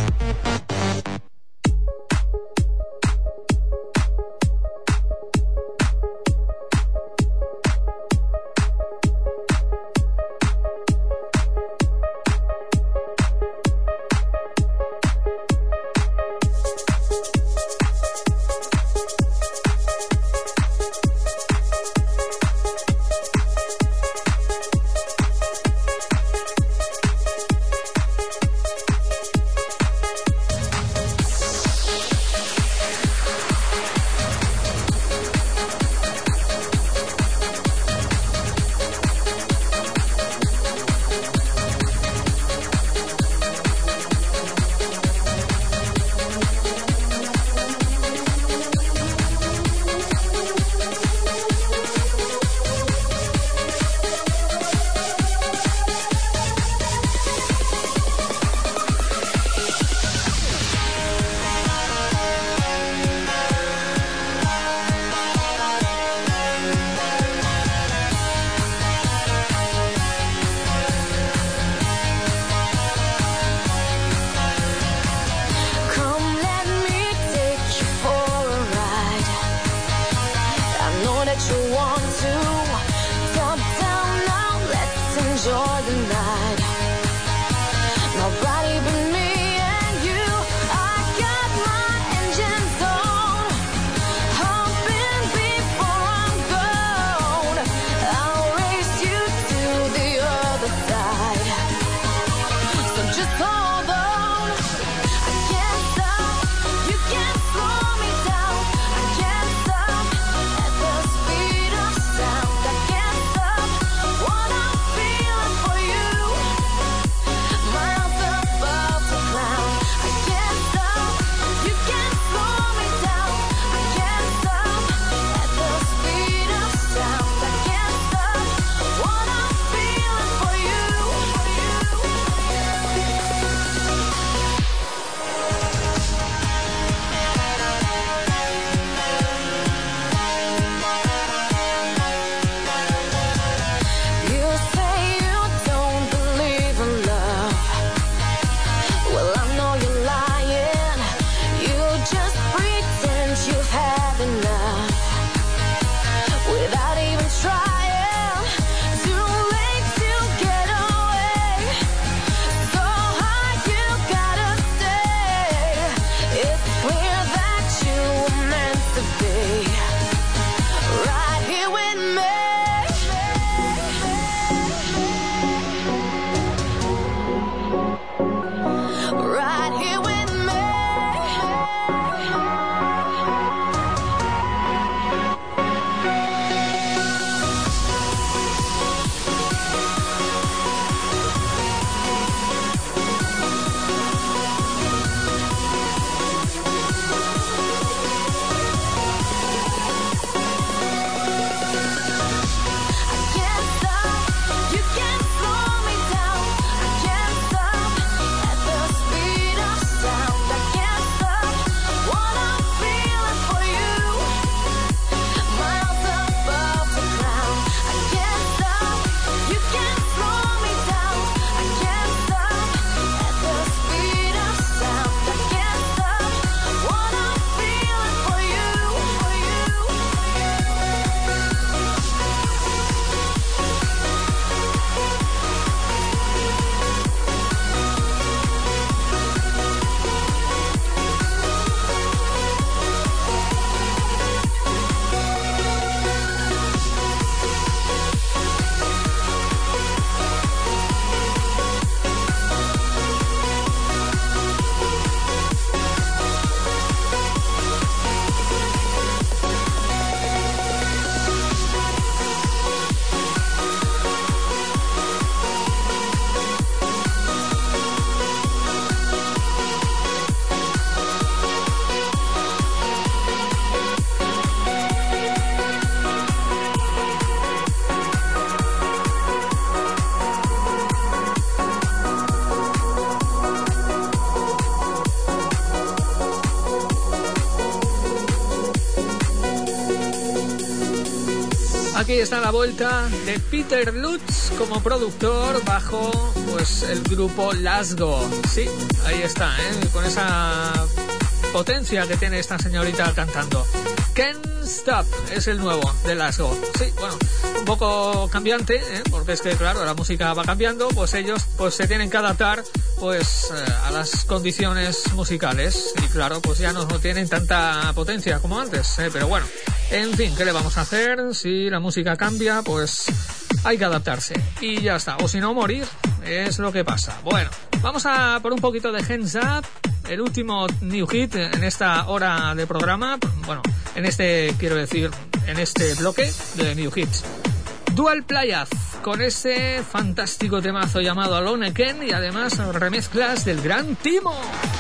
Aquí está la vuelta de Peter Lutz como productor bajo pues el grupo Lasgo. Sí, ahí está, con esa potencia que tiene esta señorita cantando. Can't Stop es el nuevo de Lasgo. Sí, bueno, un poco cambiante, porque es que claro, la música va cambiando, pues ellos pues se tienen que adaptar pues a las condiciones musicales y claro, pues ya no tienen tanta potencia como antes, pero bueno, en fin, ¿qué le vamos a hacer? Si la música cambia, pues hay que adaptarse y ya está, o si no morir, es lo que pasa. Bueno, vamos a por un poquito de Hands Up, el último new hit en esta hora de programa, bueno, en este bloque de new hits. Dual Playaz con ese fantástico temazo llamado Alone Again y además remezclas del gran Timo.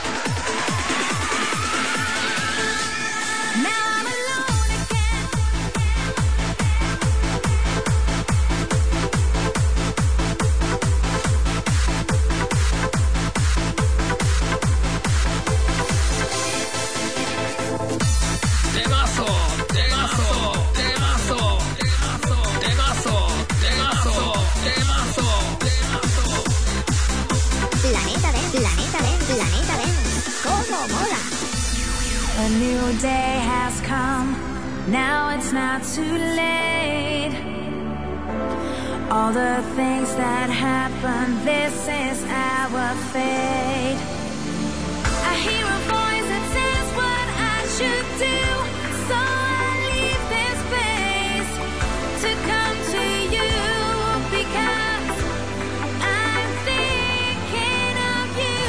A new day has come, now it's not too late. All the things that happen, this is our fate. I hear a voice that says what I should do, so I leave this place to come to you because I'm thinking of you.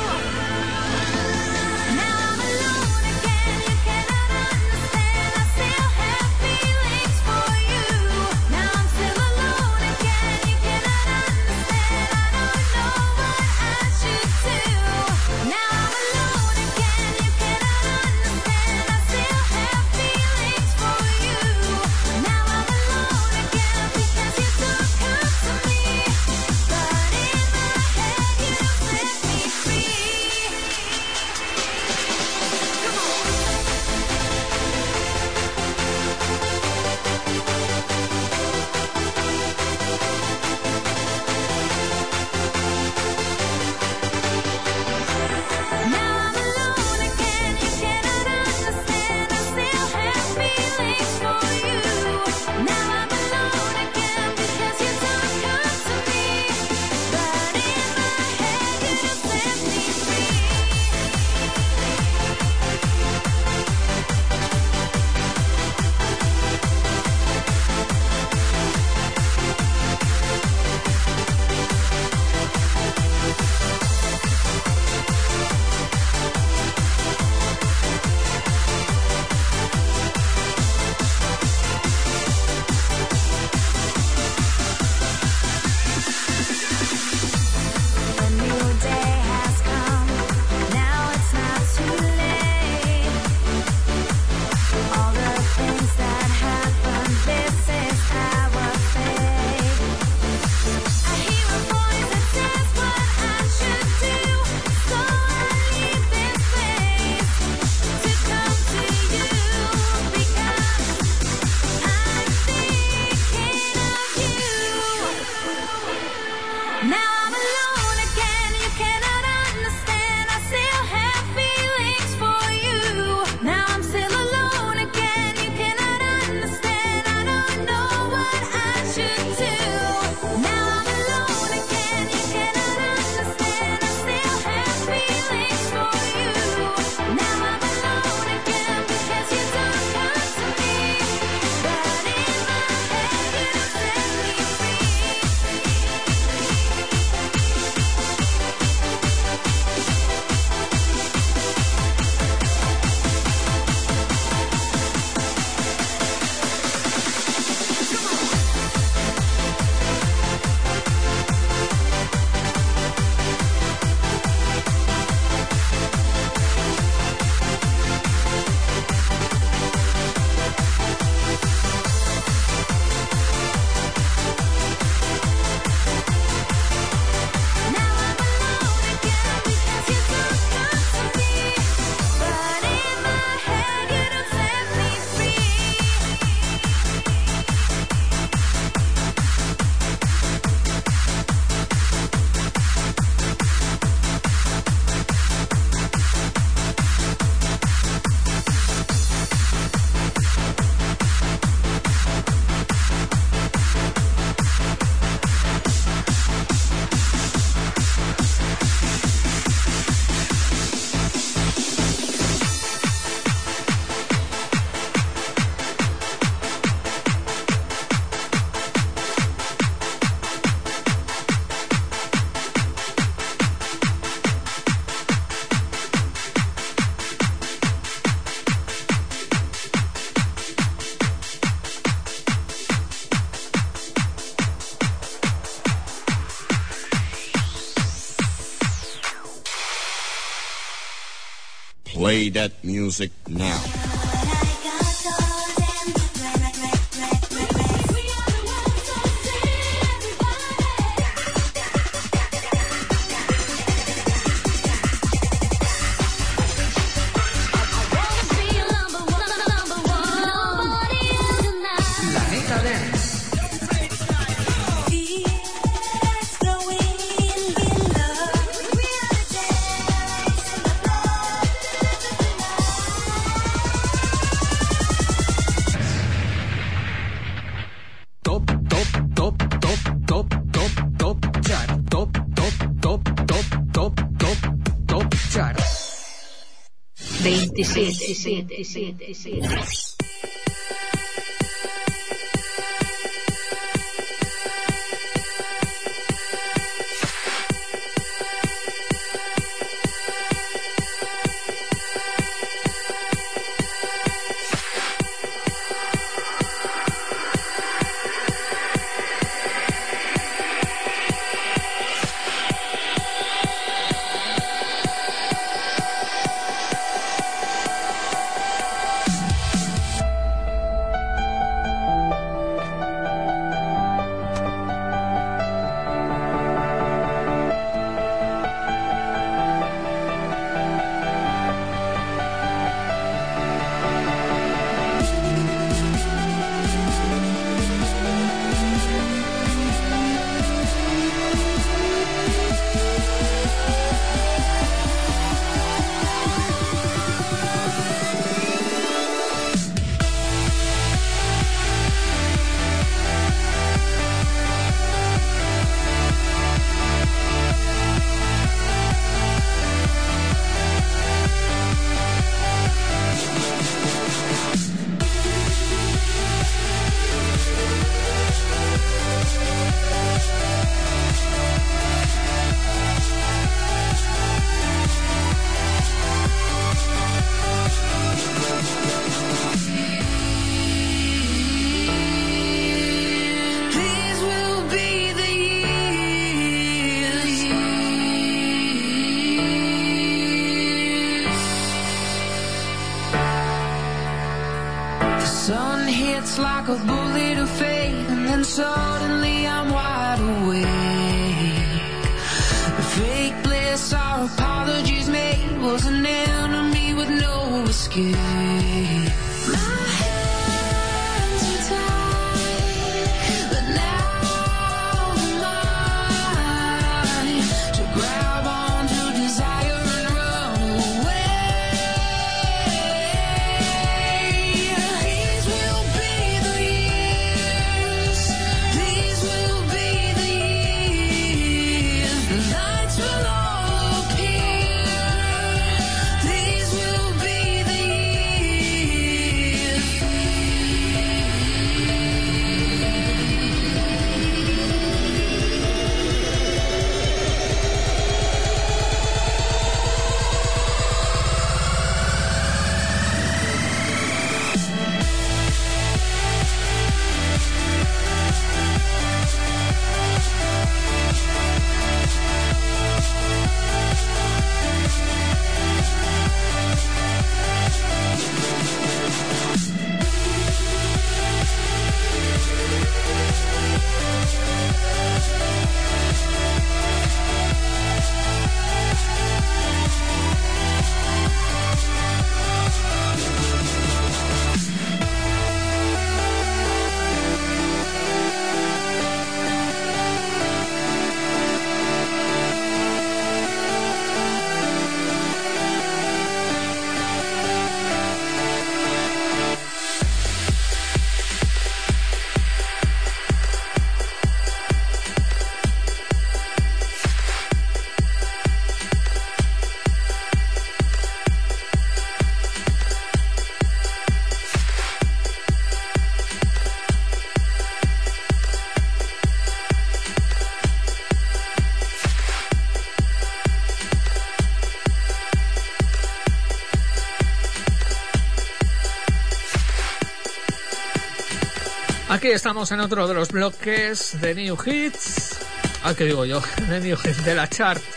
Now I'm alone again, you cannot understand, I still have feelings for you. Now I'm still alone again, you cannot understand, I don't know what I should do. Now I'm alone again, you cannot understand, I still Play that music now. Like a bullet of fate, and then suddenly I'm wide awake. The fake bliss our apologies made was an enemy with no escape. My hands are tied, but now I'm mine to grab onto desire and run away. Aquí estamos en otro de los bloques de New Hits. ¿Qué digo yo? De New Hits, de la chart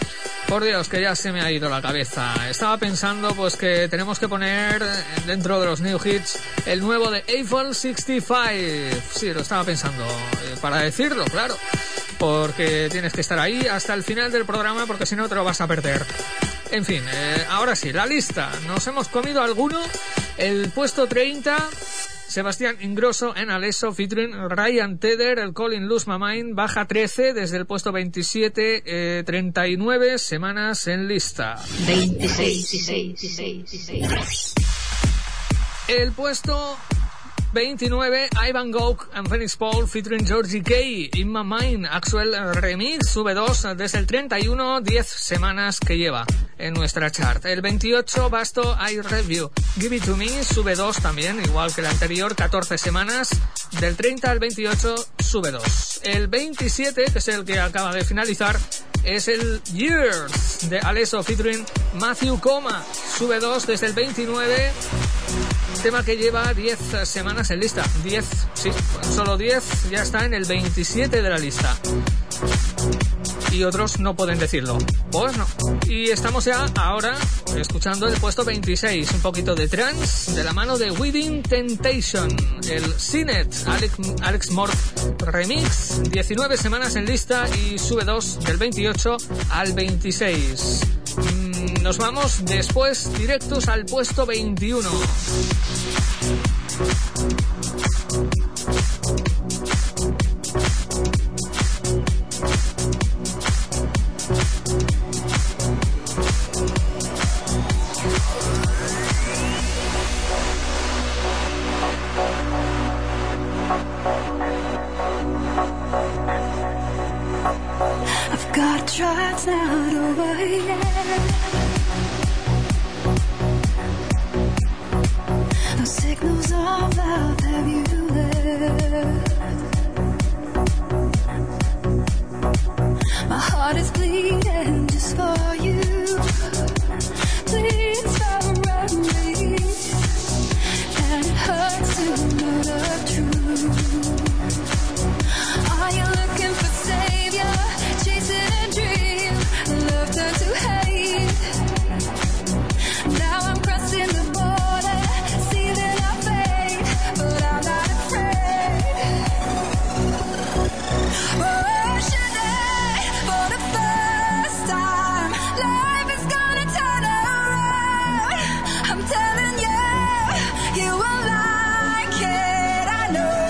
Por Dios, que ya se me ha ido la cabeza. Estaba pensando pues que tenemos que poner dentro de los New Hits el nuevo de Eiffel 65. Sí, lo estaba pensando, para decirlo, claro. Porque tienes que estar ahí hasta el final del programa, porque si no te lo vas a perder. En fin, ahora sí, la lista. Nos hemos comido alguno. El puesto 30... Sebastián Ingrosso en Alesso featuring Ryan Tedder, el Colin Lose My Mind, baja 13 desde el puesto 27, 39 semanas en lista. 26. El puesto 29, Ivan Gogh and Phoenix Paul featuring Georgie K, In My Mind, Axwell Remix, sube 2 desde el 31, 10 semanas que lleva en nuestra chart. El 28, Basto, I Review, Give It To Me, sube 2 también, igual que el anterior, 14 semanas, del 30 al 28, sube 2. El 27, que es el que acaba de finalizar, es el Years de Alesso featuring Matthew Coma, sube 2 desde el 29, tema que lleva 10 semanas en lista. 10, sí, solo 10, ya está en el 27 de la lista. Y otros no pueden decirlo. Pues no. Y estamos ya ahora escuchando el puesto 26, un poquito de trance de la mano de Within Temptation, el Cinet Alex Mort Remix, 19 semanas en lista y sube 2 del 28 al 26. Nos vamos después directos al puesto 21. I've got tracks not over here. No signals of love have you left. My heart is bleeding just for you. Please surround me. And it hurts to know the truth. Are you looking for savior? Chasing a dream. Love turned to hate. Now I'm crossing the border, sealing our fate, but I'm not afraid. Oh, should I, for the first time, life is gonna turn around. I'm telling you, you will like it, I know.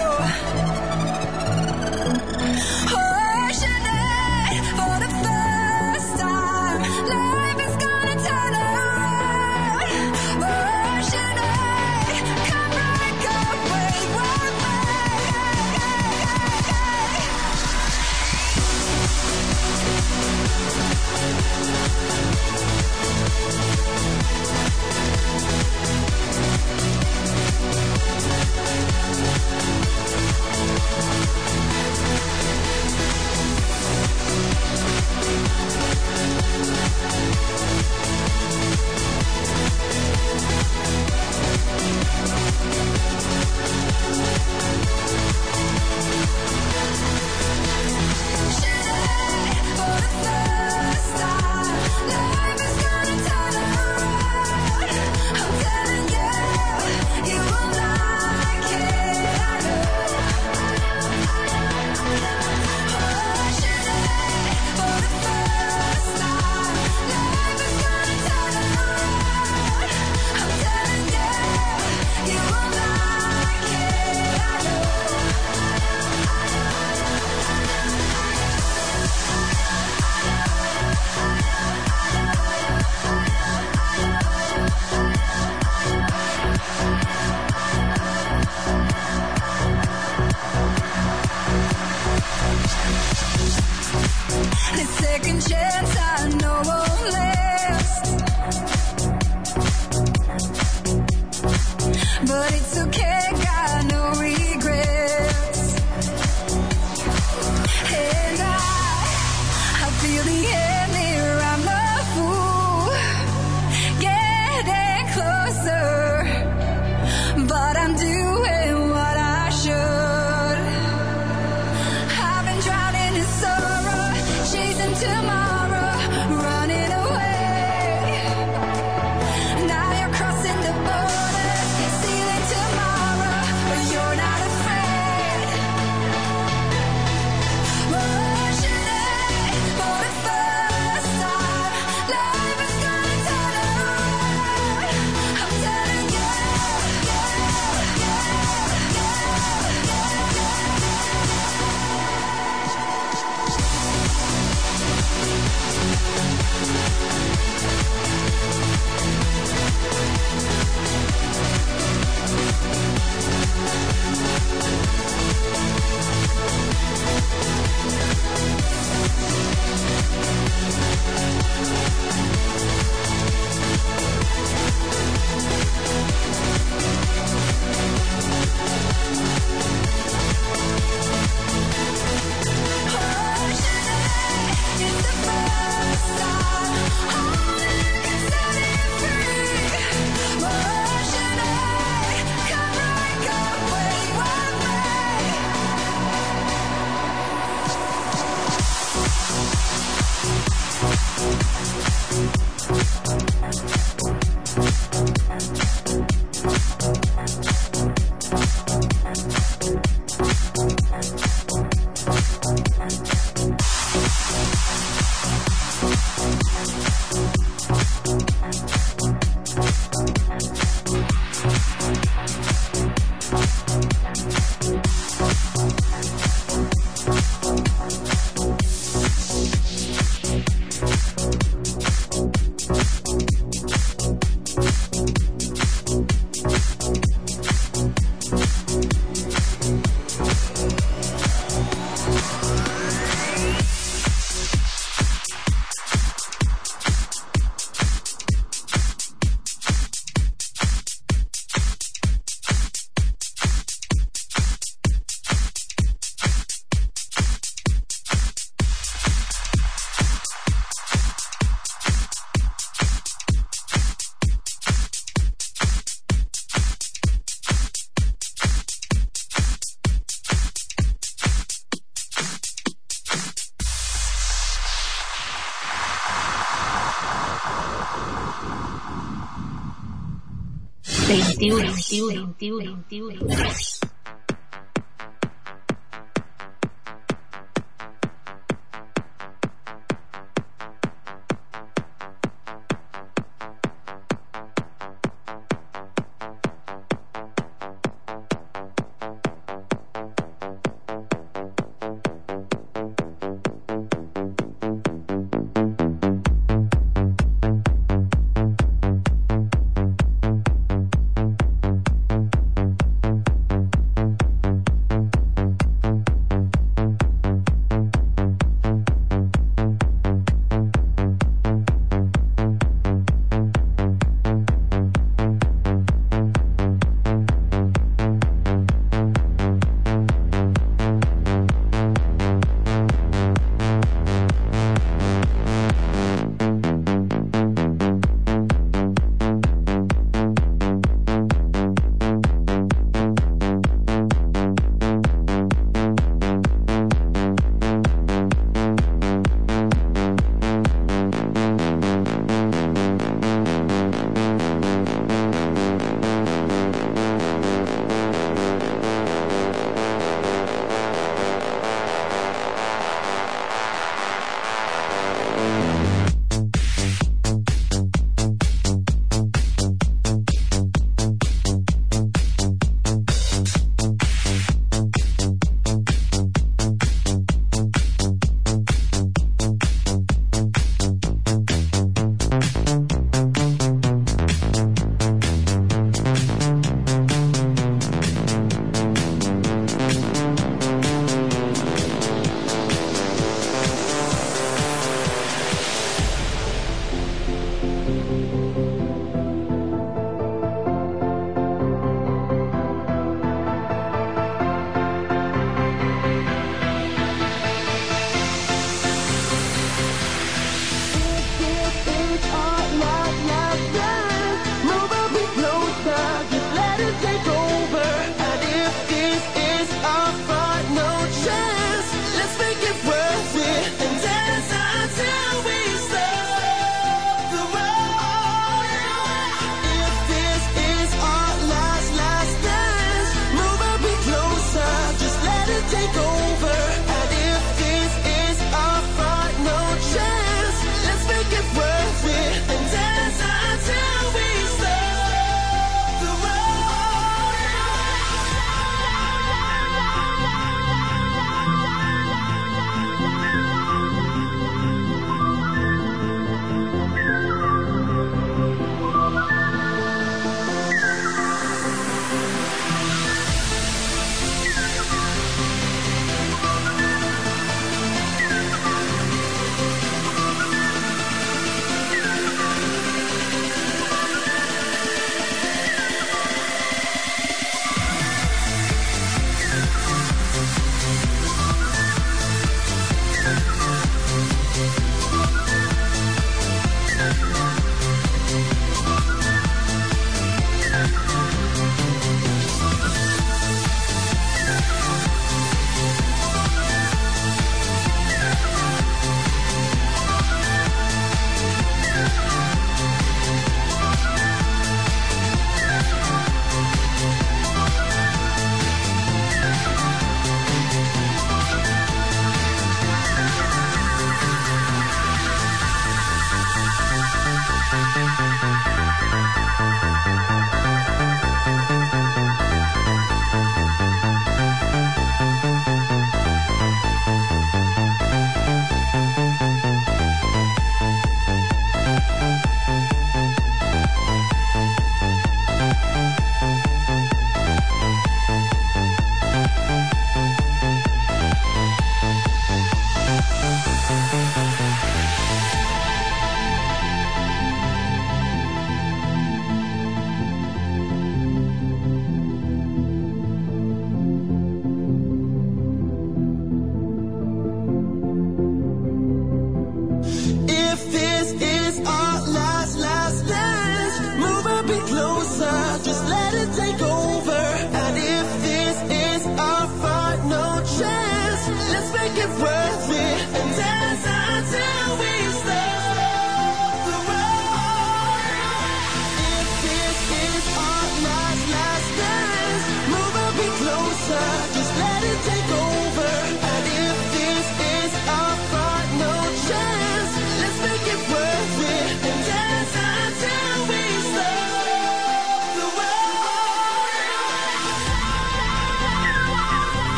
Oh, should I, for the first time, life is gonna turn around. Oh, should I, come right, go away, walk away. The second chance I know won't last, but it's okay, got no regrets. And I feel the end here, I'm the fool, getting closer, but I'm doing what I should. I've been drowning in sorrow, chasing tomorrow, running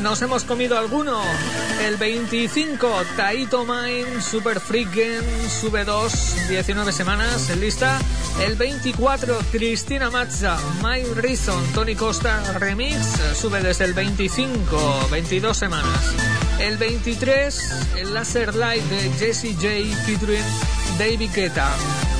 nos hemos comido alguno. El 25, Taito Mine, Super Freakin, sube 2, 19 semanas en lista. El 24, Cristina Mazza, My Reason, Tony Costa Remix, sube desde el 25, 22 semanas. El 23, el Laser Light de Jessie J featuring David Guetta.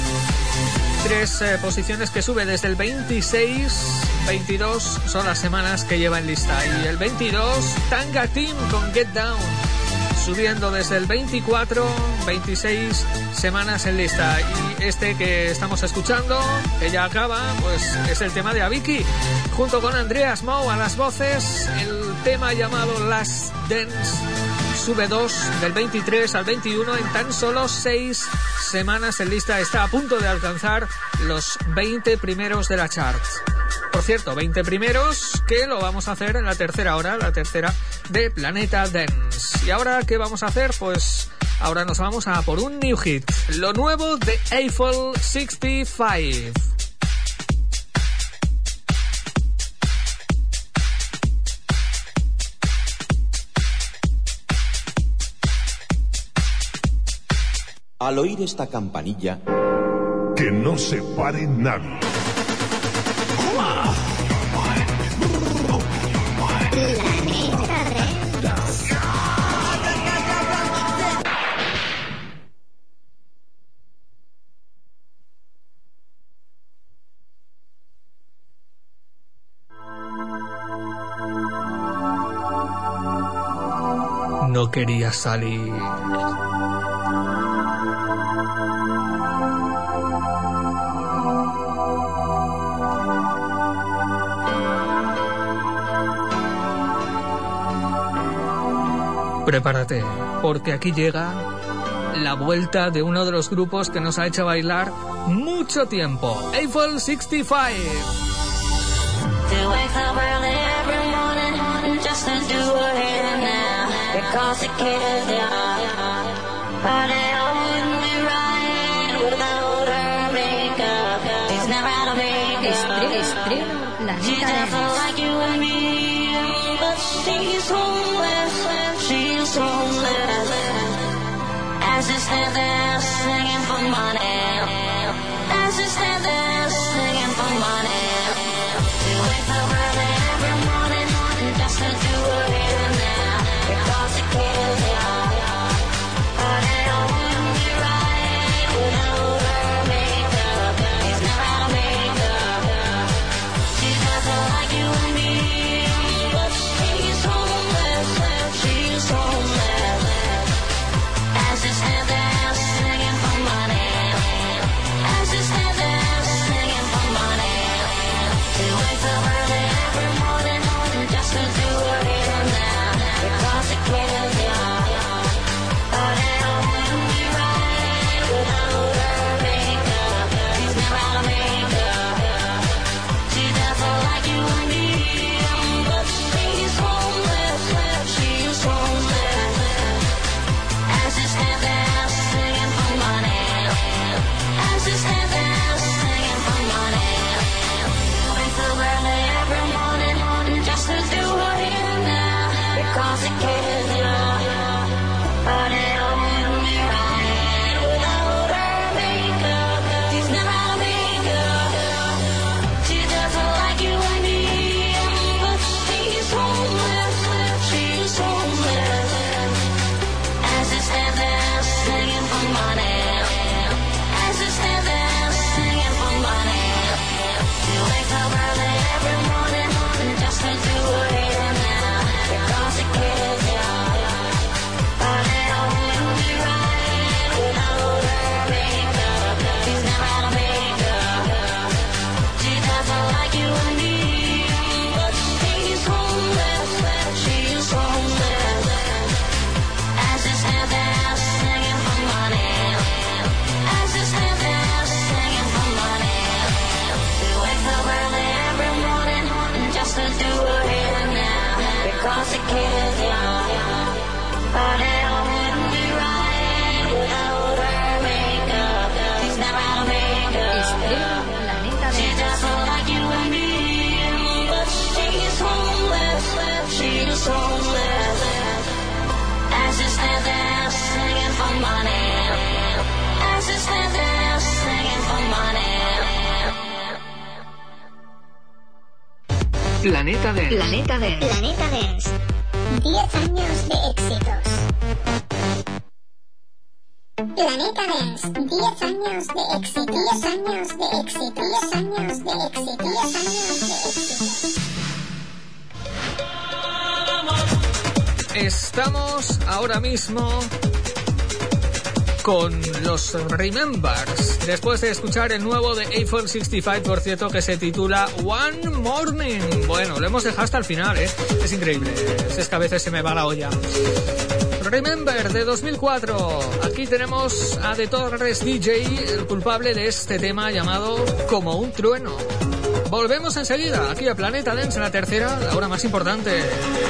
3 posiciones que sube desde el 26, 22 son las semanas que lleva en lista. Y el 22, Tanga Team con Get Down, subiendo desde el 24, 26 semanas en lista. Y este que estamos escuchando, que ya acaba, pues es el tema de Avicii, junto con Andreas Moe a las voces. El tema llamado Last Dance sube 2 del 23 al 21 en tan solo 6 semanas en lista. Está a punto de alcanzar los 20 primeros de la chart. Por cierto, 20 primeros que lo vamos a hacer en la tercera hora, la tercera de Planeta Dance. ¿Y ahora qué vamos a hacer? Pues ahora nos vamos a por un new hit, lo nuevo de Eiffel 65. Al oír esta campanilla, que no se pare nadie. No quería salir. Prepárate, porque aquí llega la vuelta de uno de los grupos que nos ha hecho bailar mucho tiempo, Eiffel 65. Estreno Planeta She's homeless as she stands there singing for money. As she stands there singing for money. She wakes up early every morning just to do her hair now because she cares, but it all wouldn't be right without her makeup. She's never out of makeup. She doesn't like you and me, but she's homeless. She's homeless as she stands there singing for money. Planeta Dance. Planeta Dance. Planeta Dance. 10 años de éxitos. Planeta Dance. 10 años de éxito. 10 años de éxito. 10 años de éxito. 10 años de éxito. Estamos ahora mismo con los Remembers, después de escuchar el nuevo de A465, por cierto, que se titula One Morning. Bueno, lo hemos dejado hasta el final, ¿eh? Es increíble, es que a veces se me va la olla. Remember, de 2004. Aquí tenemos a The Torres DJ, el culpable de este tema llamado Como un trueno. Volvemos enseguida, aquí a Planeta Dance, en la tercera, la hora más importante.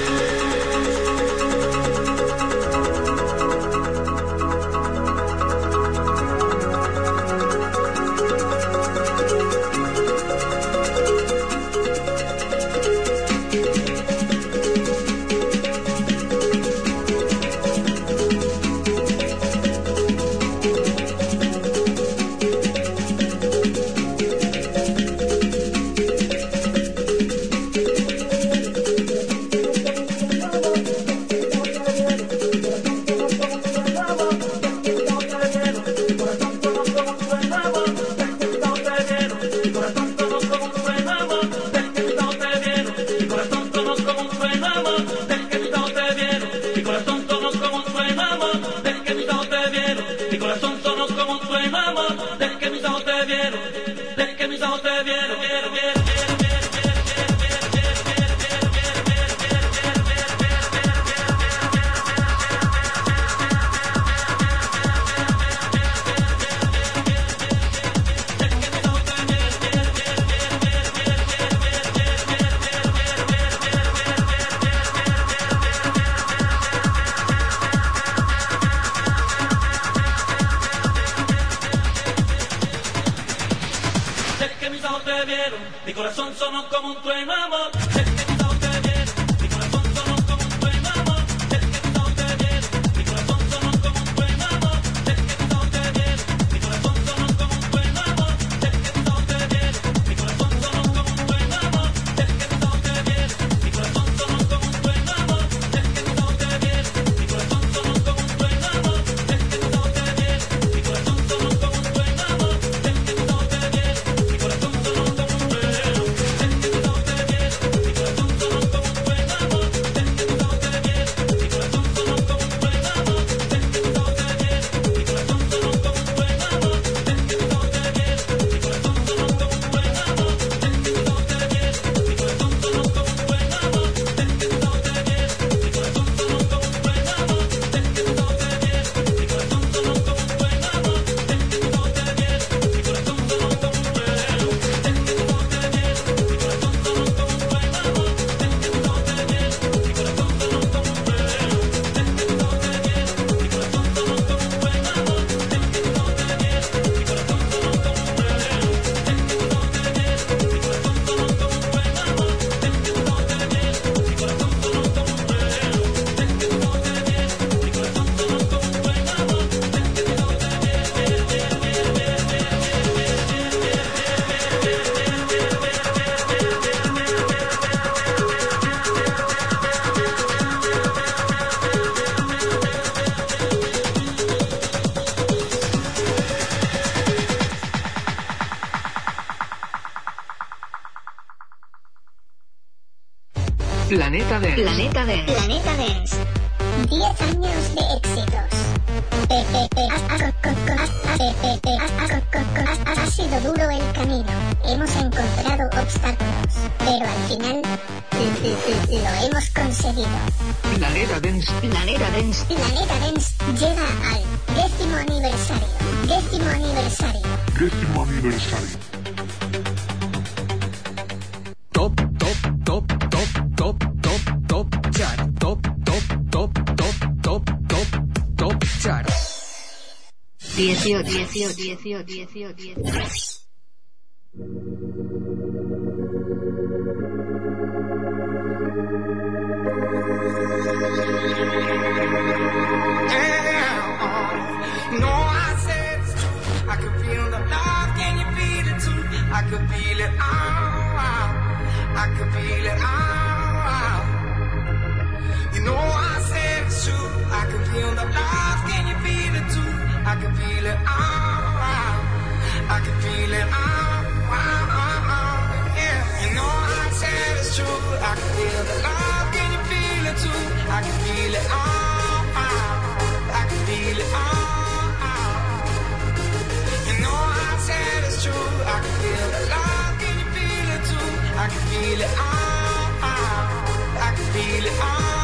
Planeta Dance. Planeta Dance. Planeta Dance. 10 años de éxitos. Ha sido duro el camino. Hemos encontrado obstáculos, pero al final lo hemos conseguido. Planeta Dance. Planeta Dance. Planeta Dance llega al 10º aniversario. 10º aniversario. 10º aniversario. Top chart. Top chart. 18. No, I said it's true. I could feel the love, can you feel it too? I could feel it all. I can feel it. You know I said it's true. I can feel the love. Can you feel it too? I can feel it. I can feel it. Yeah. You know I said it's true. I can feel the love. Can you feel it too? I can feel it. I can feel it. You know I said it's true. I can feel the love. Can you feel it too? I can feel it. I can feel it.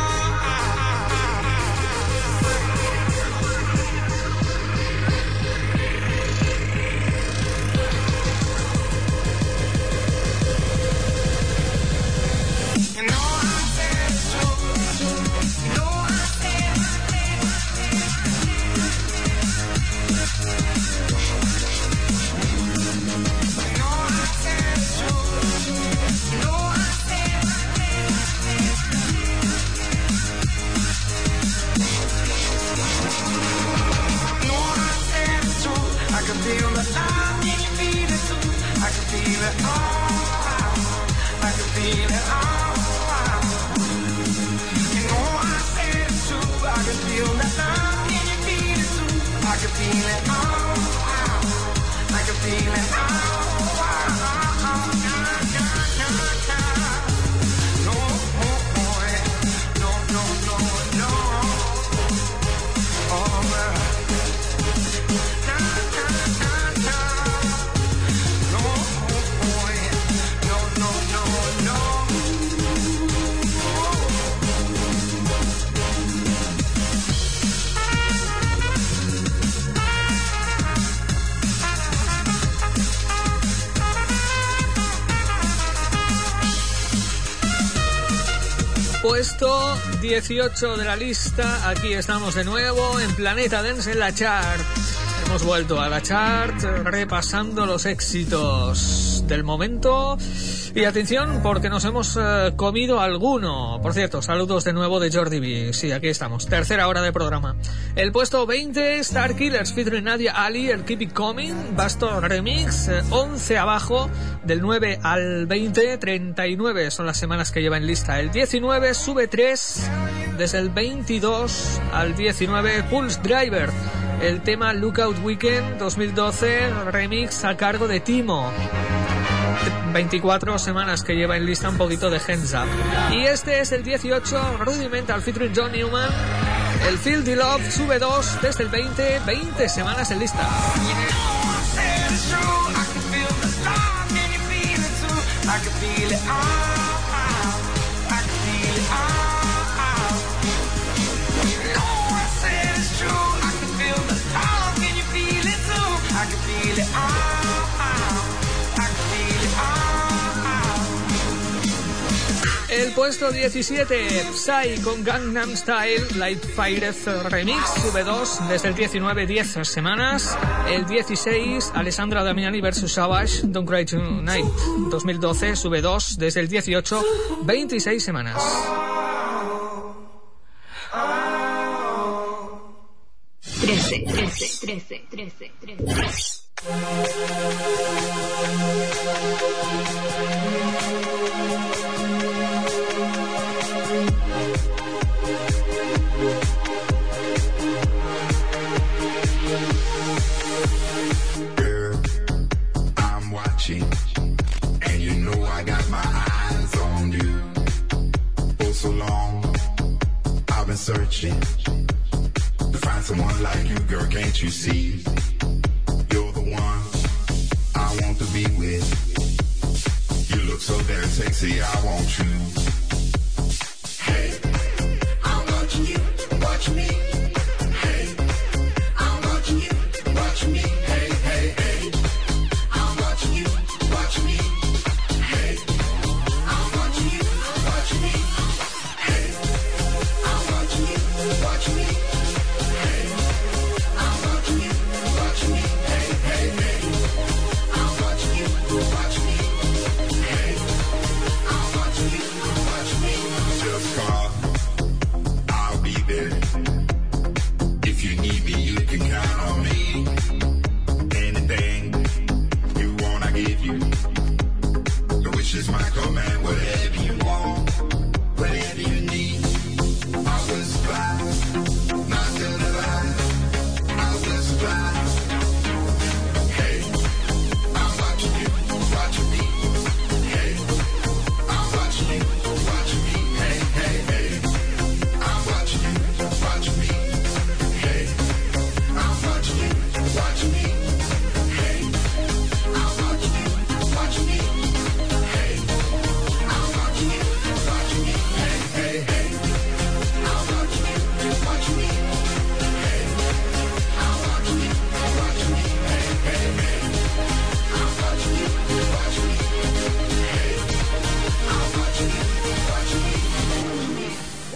Puesto 18 de la lista, aquí estamos de nuevo en Planeta Dance en la chart. Hemos vuelto a la chart repasando los éxitos del momento. Y atención, porque nos hemos comido alguno. Por cierto, saludos de nuevo de Jordi B. Sí, aquí estamos, tercera hora de programa. El puesto 20, Star Killers featuring Nadia Ali, el Keep It Coming, Basto Remix, 11 abajo, del 9 al 20, 39 son las semanas que lleva en lista. El 19 sube 3, desde el 22 al 19, Pulse Driver, el tema Lookout Weekend 2012, remix a cargo de Timo. 24 semanas que lleva en lista un poquito de Hands Up. Y este es el 18, Rudimental featuring John Newman, el Feel the Love sube 2 desde el 20 semanas en lista. El puesto 17, Psy con Gangnam Style, Light Fire Remix, sube 2 desde el 19, 10 semanas. El 16, Alessandra Damiani vs Savage, Don't Cry Tonight, 2012, sube 2 desde el 18, 26 semanas. 13. And you know I got my eyes on you. For so long I've been searching to find someone like you, girl, can't you see? You're the one I want to be with. You look so damn sexy, I want you. Hey, I'm watching you, watch me. Hey, I'm watching you, watch me. Hey, hey, hey. I'm watching you, watch me. Hey, I'm watching you, watch me. Hey, I'm watching you, watch me. Hey, I'm watching you, watch me. Hey, hey, hey. I'm watching you, watch me. Hey, I'm watching you.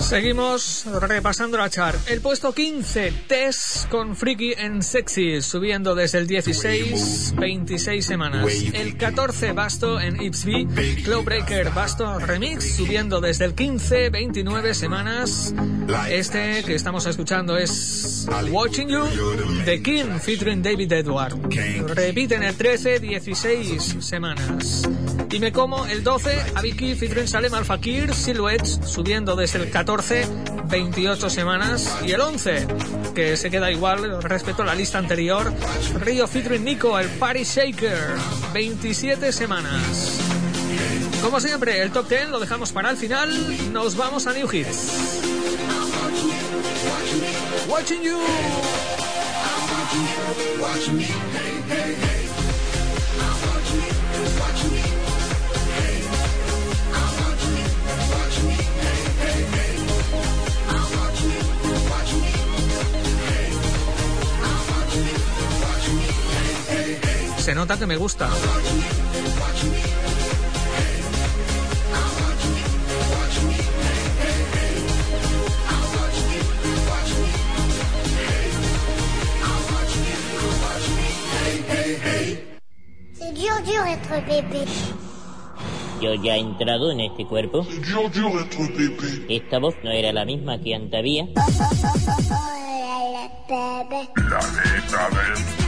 Seguimos repasando la chart. El puesto 15, Tess con Freaky and Sexy, subiendo desde el 16, 26 semanas. El 14, Basto en Ipsby, Clawbreaker, Basto Remix, subiendo desde el 15, 29 semanas. Este que estamos escuchando es Watching You, The King, featuring David Edward. Repite en el 13, 16 semanas. Y me como el 12, Abiki, featuring Salem Al Fakir, Silhouettes, subiendo desde el 14, 28 semanas. Y el 11, que se queda igual respecto a la lista anterior, Rio featuring Nico, el Party Shaker, 27 semanas. Como siempre, el top 10 lo dejamos para el final. Nos vamos a New Hits. Watching You. Se nota que me gusta. C'est dur être bébé. Yo ya he entrado en este cuerpo. Esta voz no era la misma que antes había. Planeta del...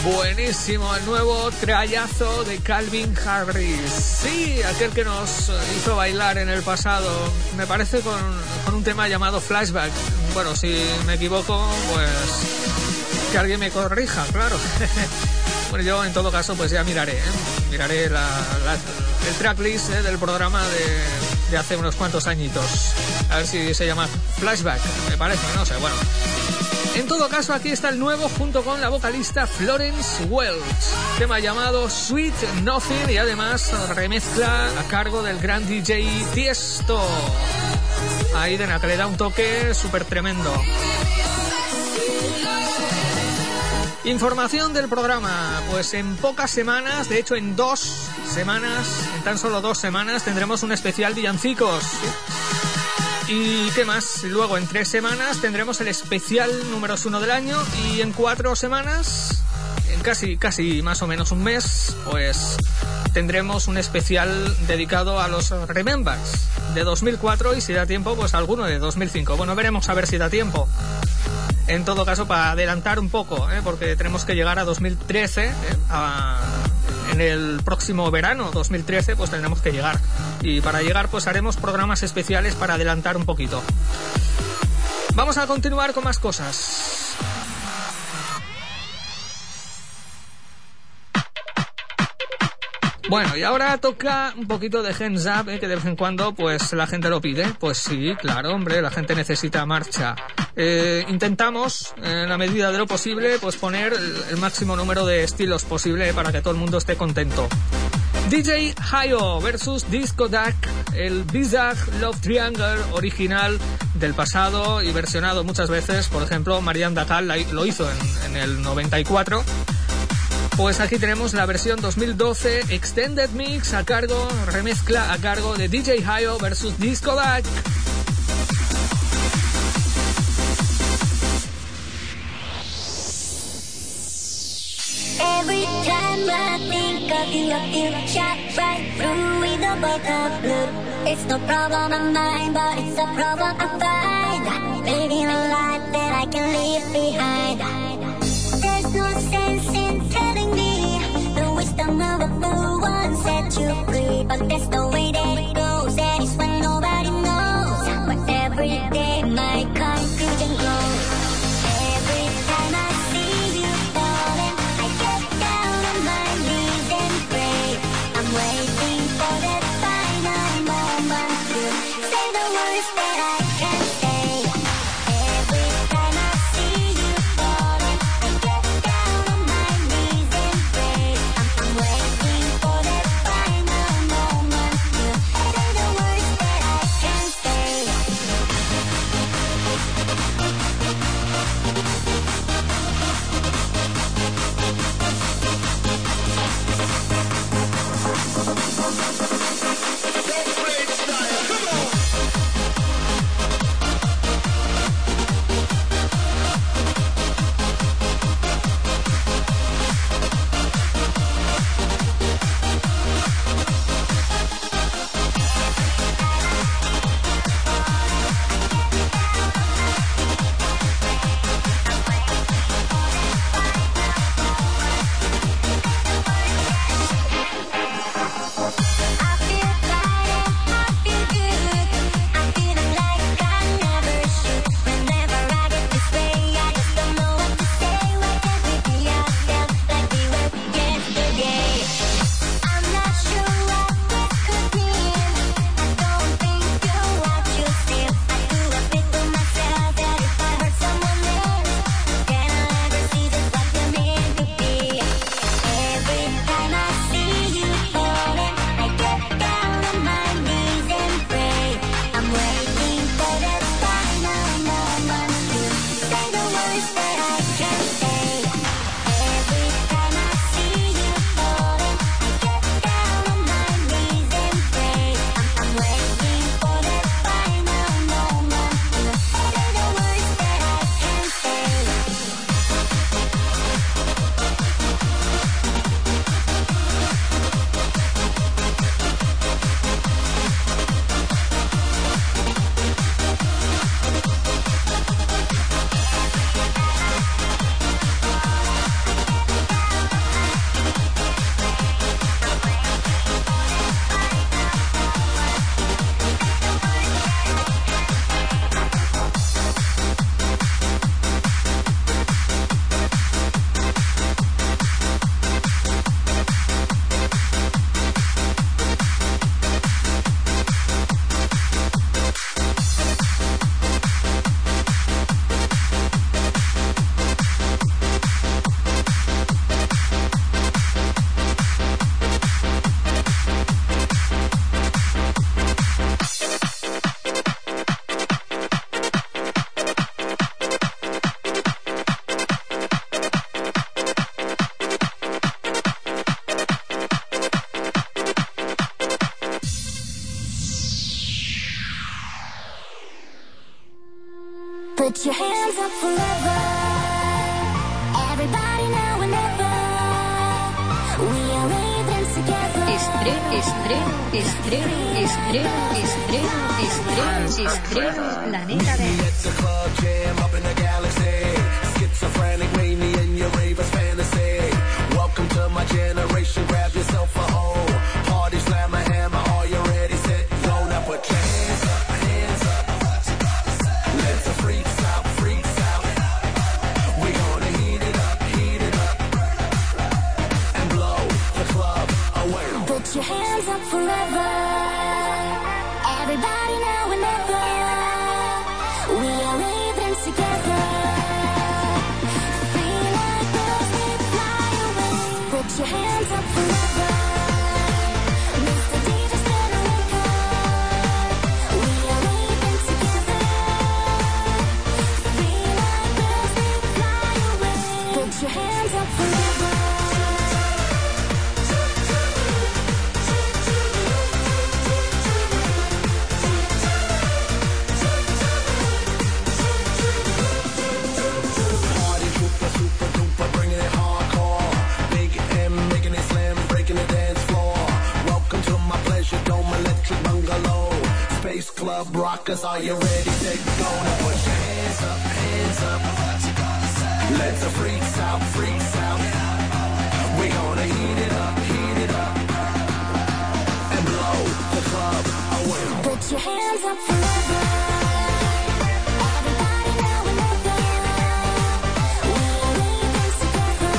Buenísimo, el nuevo trayazo de Calvin Harris. Sí, aquel que nos hizo bailar en el pasado. Me parece con un tema llamado Flashback. Bueno, si me equivoco, pues que alguien me corrija, claro. Bueno, yo en todo caso pues ya miraré el tracklist del programa de hace unos cuantos añitos. A ver si se llama Flashback, me parece, no sé, bueno. En todo caso, aquí está el nuevo junto con la vocalista Florence Welch, tema llamado Sweet Nothing y además remezcla a cargo del gran DJ Tiesto. Aiden, que le da un toque súper tremendo. Información del programa, pues en pocas semanas, de hecho en tan solo 2 semanas tendremos un especial villancicos. ¿Y qué más? Luego en 3 semanas tendremos el especial números 1 del año y en 4 semanas, en casi más o menos un mes, pues tendremos un especial dedicado a los Remembers de 2004 y si da tiempo pues alguno de 2005. Bueno, veremos a ver si da tiempo. En todo caso, para adelantar un poco, porque tenemos que llegar a 2013, en el próximo verano 2013 pues tendremos que llegar. Y para llegar pues haremos programas especiales para adelantar un poquito. Vamos a continuar con más cosas. Bueno, y ahora toca un poquito de hands up, que de vez en cuando pues la gente lo pide. Pues sí, claro, hombre, la gente necesita marcha. Intentamos, en la medida de lo posible, pues poner el máximo número de estilos posible para que todo el mundo esté contento. DJ Hyo versus Disco Duck, el Bizarre Love Triangle original del pasado y versionado muchas veces. Por ejemplo, Marianne Dacal lo hizo en el 94. Pues aquí tenemos la versión 2012 Extended Mix remezcla a cargo de DJ Hyo versus Disco Duck. Every time I think of you, I feel shot right through with a bolt of blue. It's no problem of mine, but it's a problem I find. Living a life that I can leave behind. There's no sense in telling me the wisdom of a fool won't set you free, but that's the way that it goes, and it's when nobody knows. But every day my confusion grows. Every time I see you falling, I get down on my knees and pray. I'm waiting for that final moment to say the words that I can't say. Every time I see you falling, I get down on my knees and pray. I'm waiting for that final moment to say the words that I can't say. Put your hands up forever. Everybody now and never. We are waving together. Estreno, Planeta Dance. It's a club jam up in the galaxy. Schizophrenic mania in your ravers fantasy. Welcome to my generation. Grab yourself a hole. Party slam a hammer. Are you ready? Set, go. Now put your hands up, hands up. Let the freaks out, freaks out. We gonna heat it up, and blow the club away. Put your hands up forever. Everybody now and never. We are waving together. Feel like birds, we fly away. Put your hands up forever. Mr. DJ, set a record. We are waving together. Feel like birds, we fly away. Put your hands up forever. Club rockers, are you ready? Take go. Now put your hands up, hands up. Let the freaks out, freaks out. We gonna heat it up, and blow the club away. Put your hands up forever. Everybody now and never. We are waving together.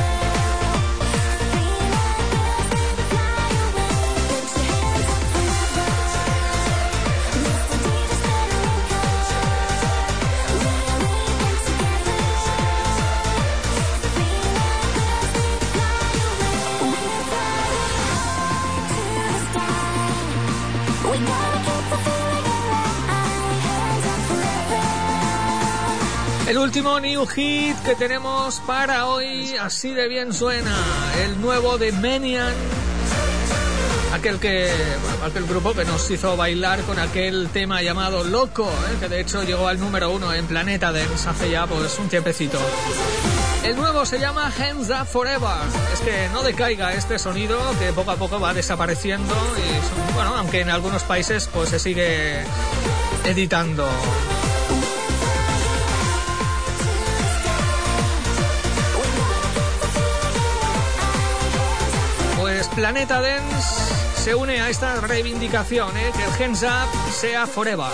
Feel like birds, we fly away. Put your hands up forever. Mr. DJ, set a record. We are waving together. Feel like birds, we fly away. We're flying high to the sky. We gotta keep the feeling alive. Hands up forever. El último new hit que tenemos para hoy, así de bien suena, el nuevo de Menian, aquel grupo que nos hizo bailar con aquel tema llamado Loco, que de hecho llegó al número 1 en Planeta Dance hace ya pues un tiempecito. El nuevo se llama Hands Up Forever. Es que no decaiga este sonido que poco a poco va desapareciendo y bueno, aunque en algunos países pues se sigue editando. Pues Planeta Dance se une a esta reivindicación, que el Hands Up sea Forever.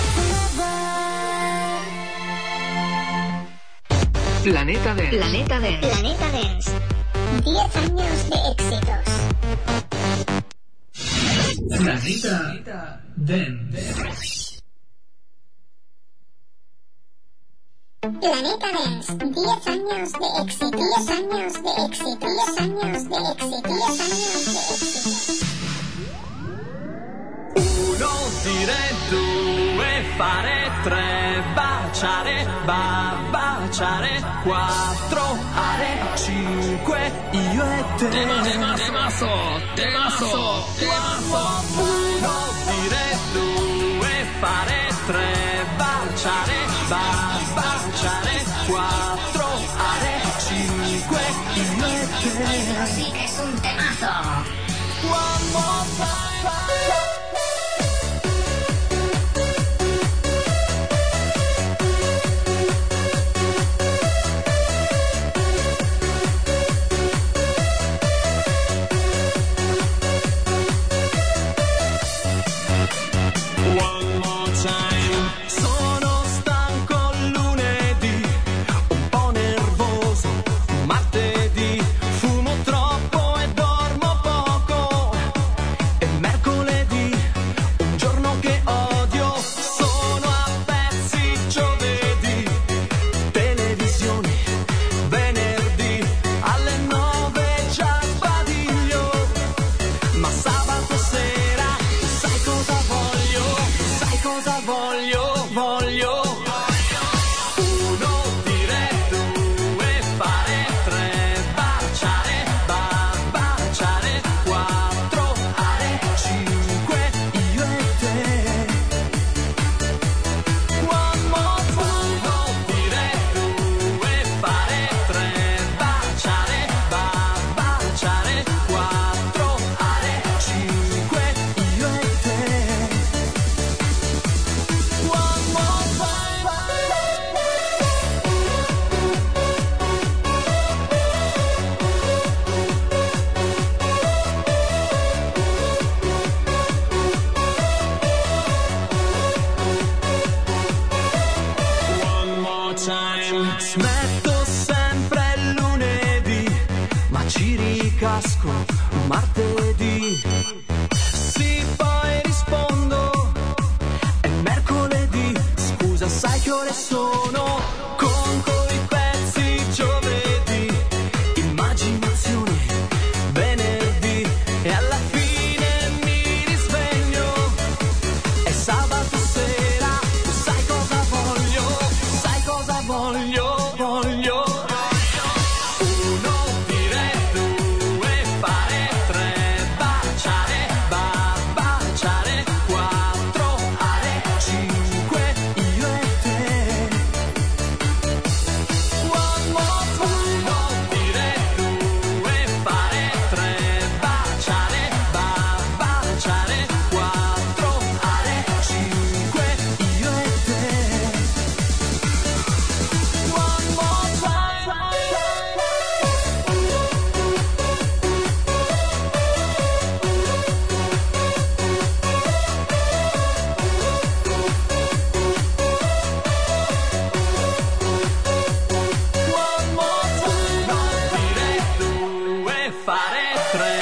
Planeta Dance. Planeta Dance. 10 años de éxitos. Planeta Dance. Planeta Dance, 10 años de éxito. 10 años de éxito. 10 años de éxito. 10 años de éxito. 1, dire 2, fare 3, baciare, baciare, 4, are 5, io e te. Temazo. 1, dire 2, fare 3, baciare, baciare, 4, are 5, io e te. Sí que es un temazo. One more time. Sono stanco lunedì, un Smetto sempre il lunedì, ma ci ricasco martedì. Sì, poi rispondo, è mercoledì. Scusa, sai che ore sono? Conto i pezzi giovedì, immaginazione venerdì, e alla fine mi risveglio. È sabato sera, tu sai cosa voglio, sai cosa voglio, voglio. Uno, dire, due, fare, tre, baciare, baciare, quattro, are, cinque, io e te. One more time. Uno, dire, due, fare, tre, baciare, baciare, quattro, are, cinque, io e te. One more time. One more time. Dire, due, fare, tre,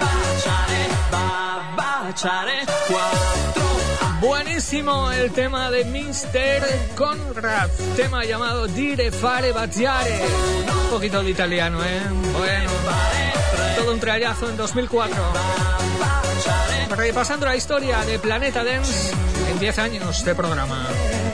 baciare, quattro. Buenísimo el tema de Mr. Conrad, tema llamado Dire fare baciare. Un poquito de italiano, Bueno, todo un trayazo en 2004. Repasando la historia de Planeta Dance en 10 años de programa.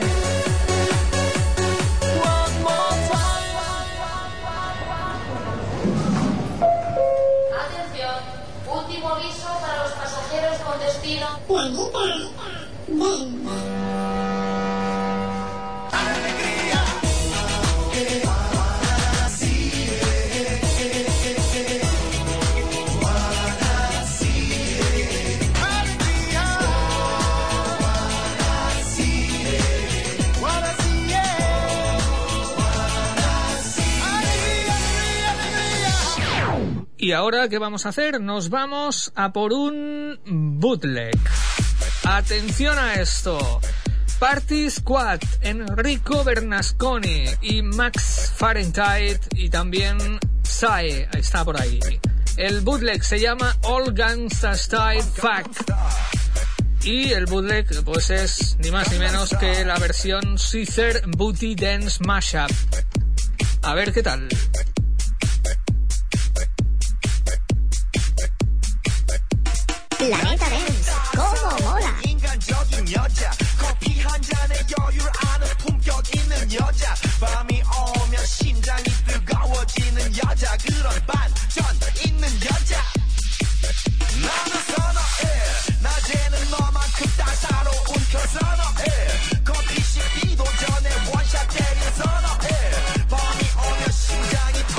Atención, último aviso para los pasajeros con destino. Y ahora, ¿qué vamos a hacer? Nos vamos a por un bootleg. Atención a esto. Party Squad, Enrico Bernasconi y Max Fahrenheit, y también Sai está por ahí. El bootleg se llama All Gangsta Style Fuck. Y el bootleg pues es ni más ni menos que la versión Caesar Booty Dance Mashup. A ver qué tal. Planeta Dance, ¿cómo mola? 인간적인 여자, 커피 한 잔에 여유를 아는 품격 있는 여자, 밤이 오면 심장이 뜨거워지는 여자, 그런 반전 있는 여자. 나는 선호해, 낮에는 너만큼 따사로운 그 선호해, 커피 식기도 전에 원샷 때린 선호해, 밤이 오면 심장이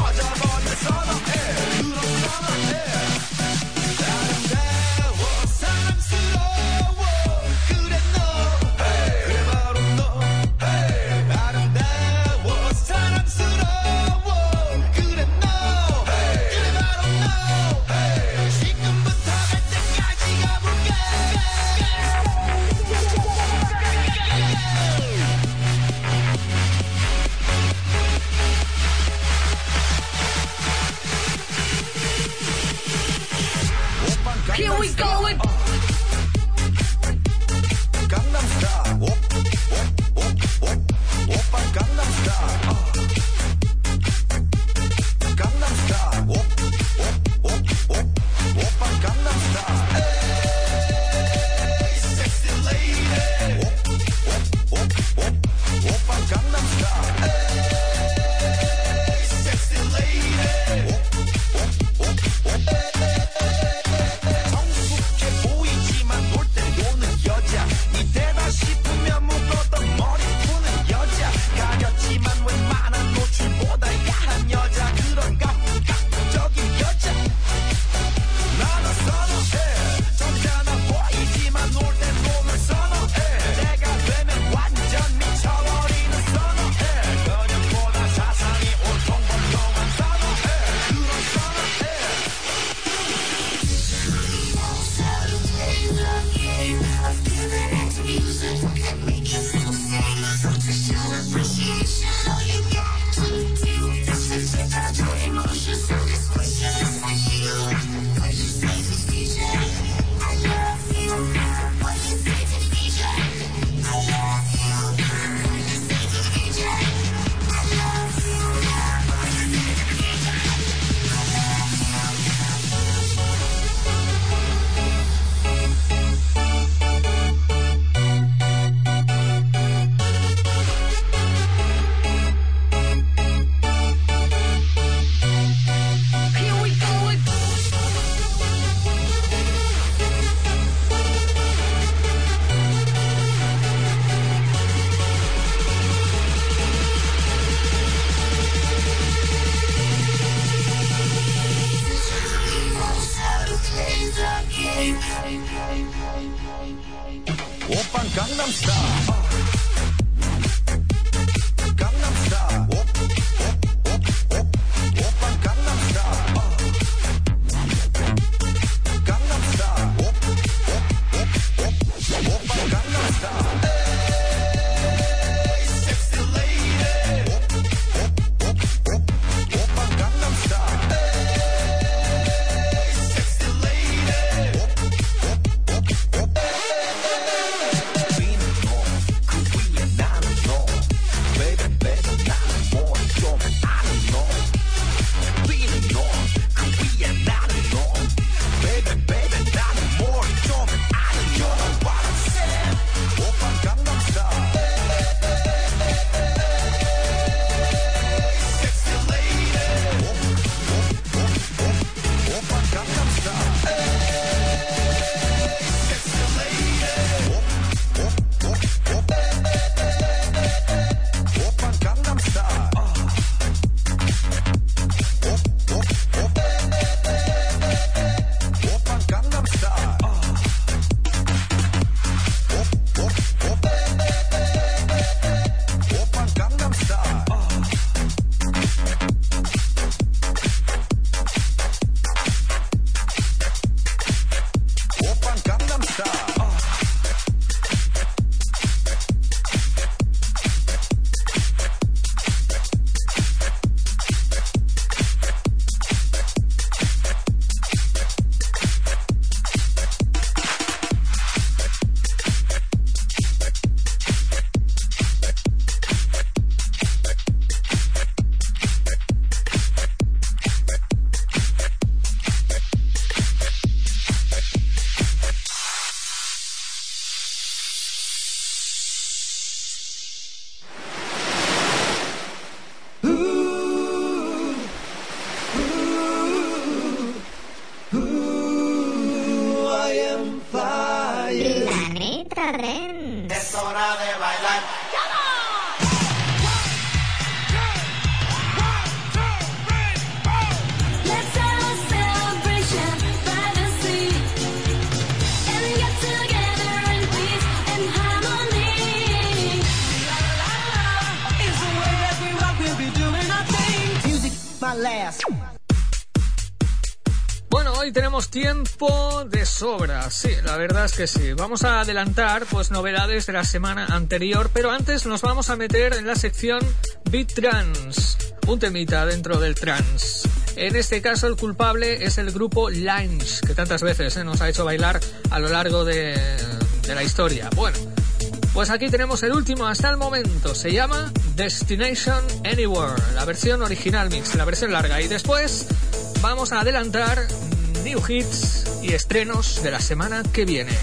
Bueno, hoy tenemos tiempo de sobra, sí, la verdad es que sí. Vamos a adelantar pues novedades de la semana anterior, pero antes nos vamos a meter en la sección Beat Trance, un temita dentro del trance. En este caso el culpable es el grupo Lange, que tantas veces nos ha hecho bailar a lo largo de la historia. Bueno, pues aquí tenemos el último hasta el momento, se llama Destination Anywhere, la versión original mix, la versión larga, y después vamos a adelantar new hits y estrenos de la semana que viene.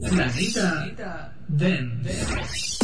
Planeta Dance.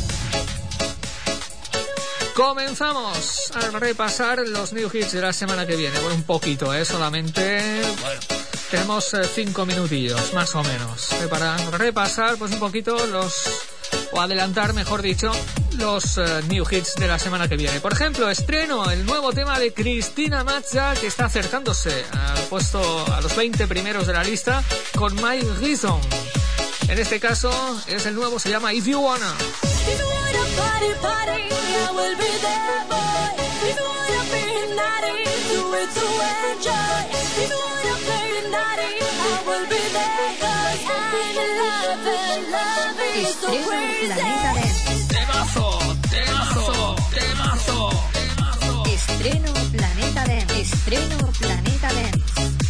Comenzamos a repasar los new hits de la semana que viene. Bueno, un poquito, solamente. Bueno, tenemos 5 minutillos, más o menos, para repasar pues un poquito o adelantar, mejor dicho, los new hits de la semana que viene. Por ejemplo, estreno el nuevo tema de Cristina Mazza, que está acercándose al puesto, a los 20 primeros de la lista, con My Reason. En este caso es el nuevo, se llama If You Wanna. If you wanna party, party, I will be there, boy. If you wanna be naughty, do it to enjoy. If you wanna play naughty, I will be there, 'cause I'm in love and love is so crazy. Temazo, temazo, temazo, temazo. Estreno Planeta Dance. Estreno Planeta Dance.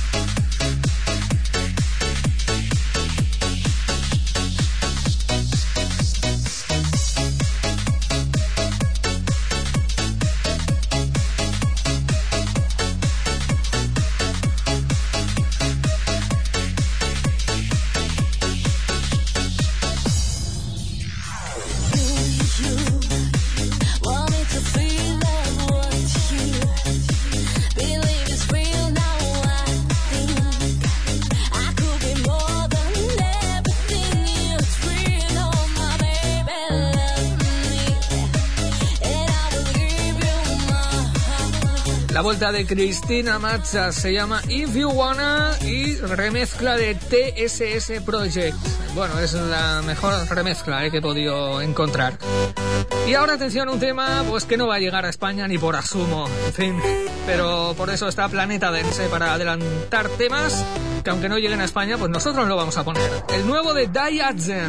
La vuelta de Cristina Mazza se llama If You Wanna y remezcla de TSS Project. Bueno, es la mejor remezcla que he podido encontrar. Y ahora atención, un tema pues que no va a llegar a España ni por asumo, en fin. Pero por eso está Planeta Dance, para adelantar temas que aunque no lleguen a España, pues nosotros lo vamos a poner. El nuevo de Dayadzen.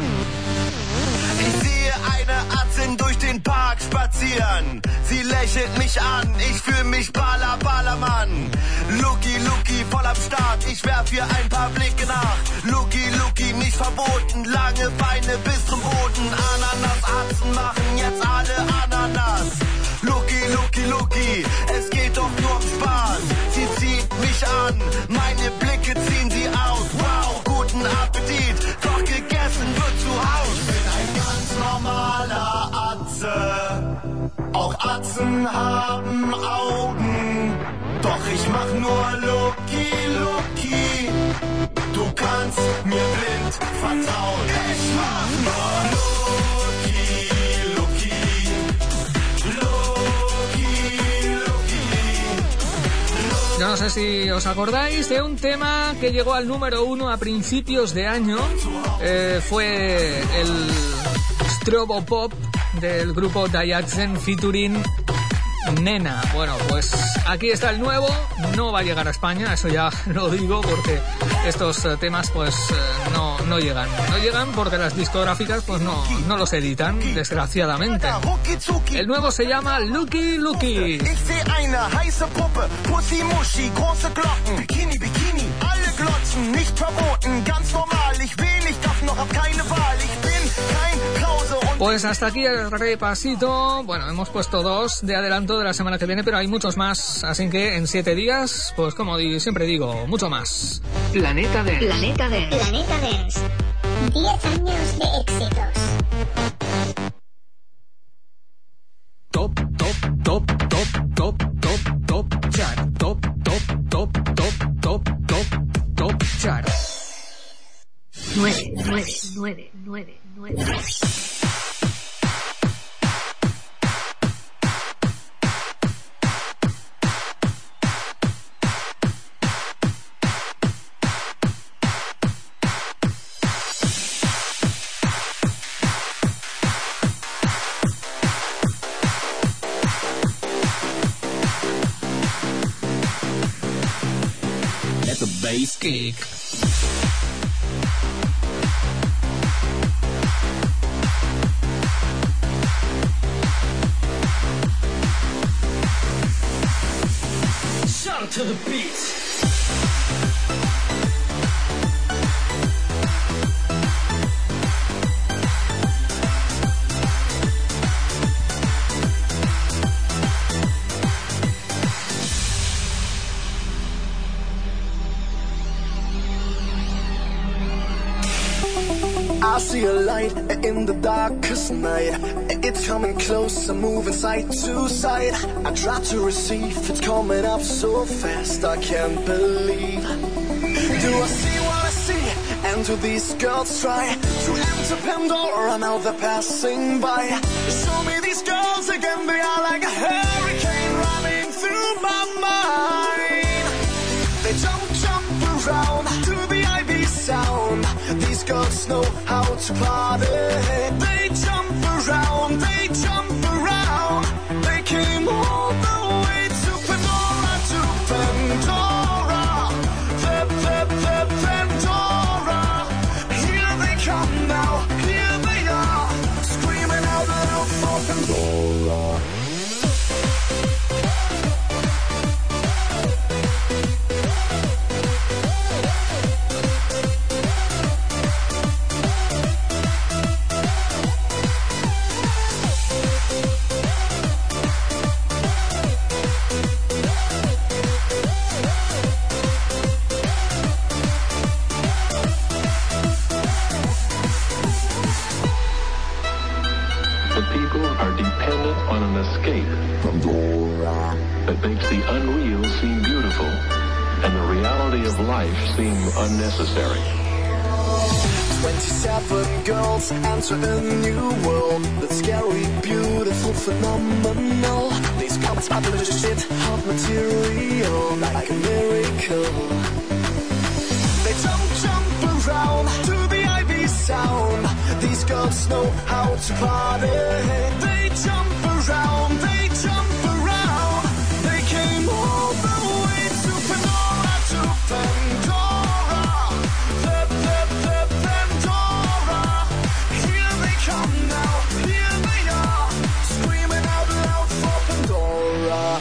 Eine Atzin durch den Park spazieren. Sie lächelt mich an, ich fühl mich Baller, Ballermann. Lucky, Lucky, voll am Start, ich werf ihr ein paar Blicke nach. Lucky, Lucky, nicht verboten, lange Beine bis zum Boden. Ananas-Atzen machen jetzt alle Ananas. Lucky, Lucky, Lucky, es geht doch nur um Spaß. Sie zieht mich an, meine Blicke ziehen sie aus. Wow, guten Appetit, doch gegessen wird zu Haus. Normaler Atze, auch Atzen haben Augen, doch ich mach nur Lucky, Lucky, du kannst mir blind vertrauen. Ich mach nur Lucky, Lucky, Lucky, Lucky. Yo no sé si os acordáis de un tema que llegó al número 1 a principios de año. Fue el Strobo Pop del grupo Dayadzen featuring Nena. Bueno, pues aquí está el nuevo. No va a llegar a España, eso ya lo digo, porque estos temas pues no llegan. No llegan porque las discográficas pues no los editan, desgraciadamente. El nuevo se llama Lucky Lucky. Ich seh eine heiße Puppe, Pussy Muschi, große Glocken, Bikini, Bikini, alle glotzen, nicht verboten, ganz normal, ich will nicht, darf noch, hab keine Wahl, ich bin kein Krause. Pues hasta aquí el repasito. Bueno, hemos puesto 2 de adelanto de la semana que viene, pero hay muchos más, así que en 7 días, pues como siempre digo, mucho más. Planeta Dance. Planeta Dance. Planeta Dance. 10 años de éxitos. Top chart. Top chart. 9. Let the bass kick. Shout to the beat. I see a light in the darkest night. It's coming closer, moving side to side. I try to receive, it's coming up so fast, I can't believe. Do I see what I see? And do these girls try to enter Pandora? Now they're passing by. Show me these girls again, they are like a hurricane running through my mind. They jump around to the Ivy sound. These girls know how to party. They jump around, they jump around. They came all the way to Pandora, to Pandora. Pandora. Here they come now, here they are, screaming out loud for Pandora. That makes the unreal seem beautiful and the reality of life seem unnecessary. 27 girls enter a new world. That's scary, beautiful, phenomenal. These girls are legit, hot material, like a miracle. They jump around to the Ivy sound. These girls know how to party. They jump around, they jump around. They came all the way to Pandora, to Pandora. Pandora. Here they come now, here they are, screaming out loud for Pandora.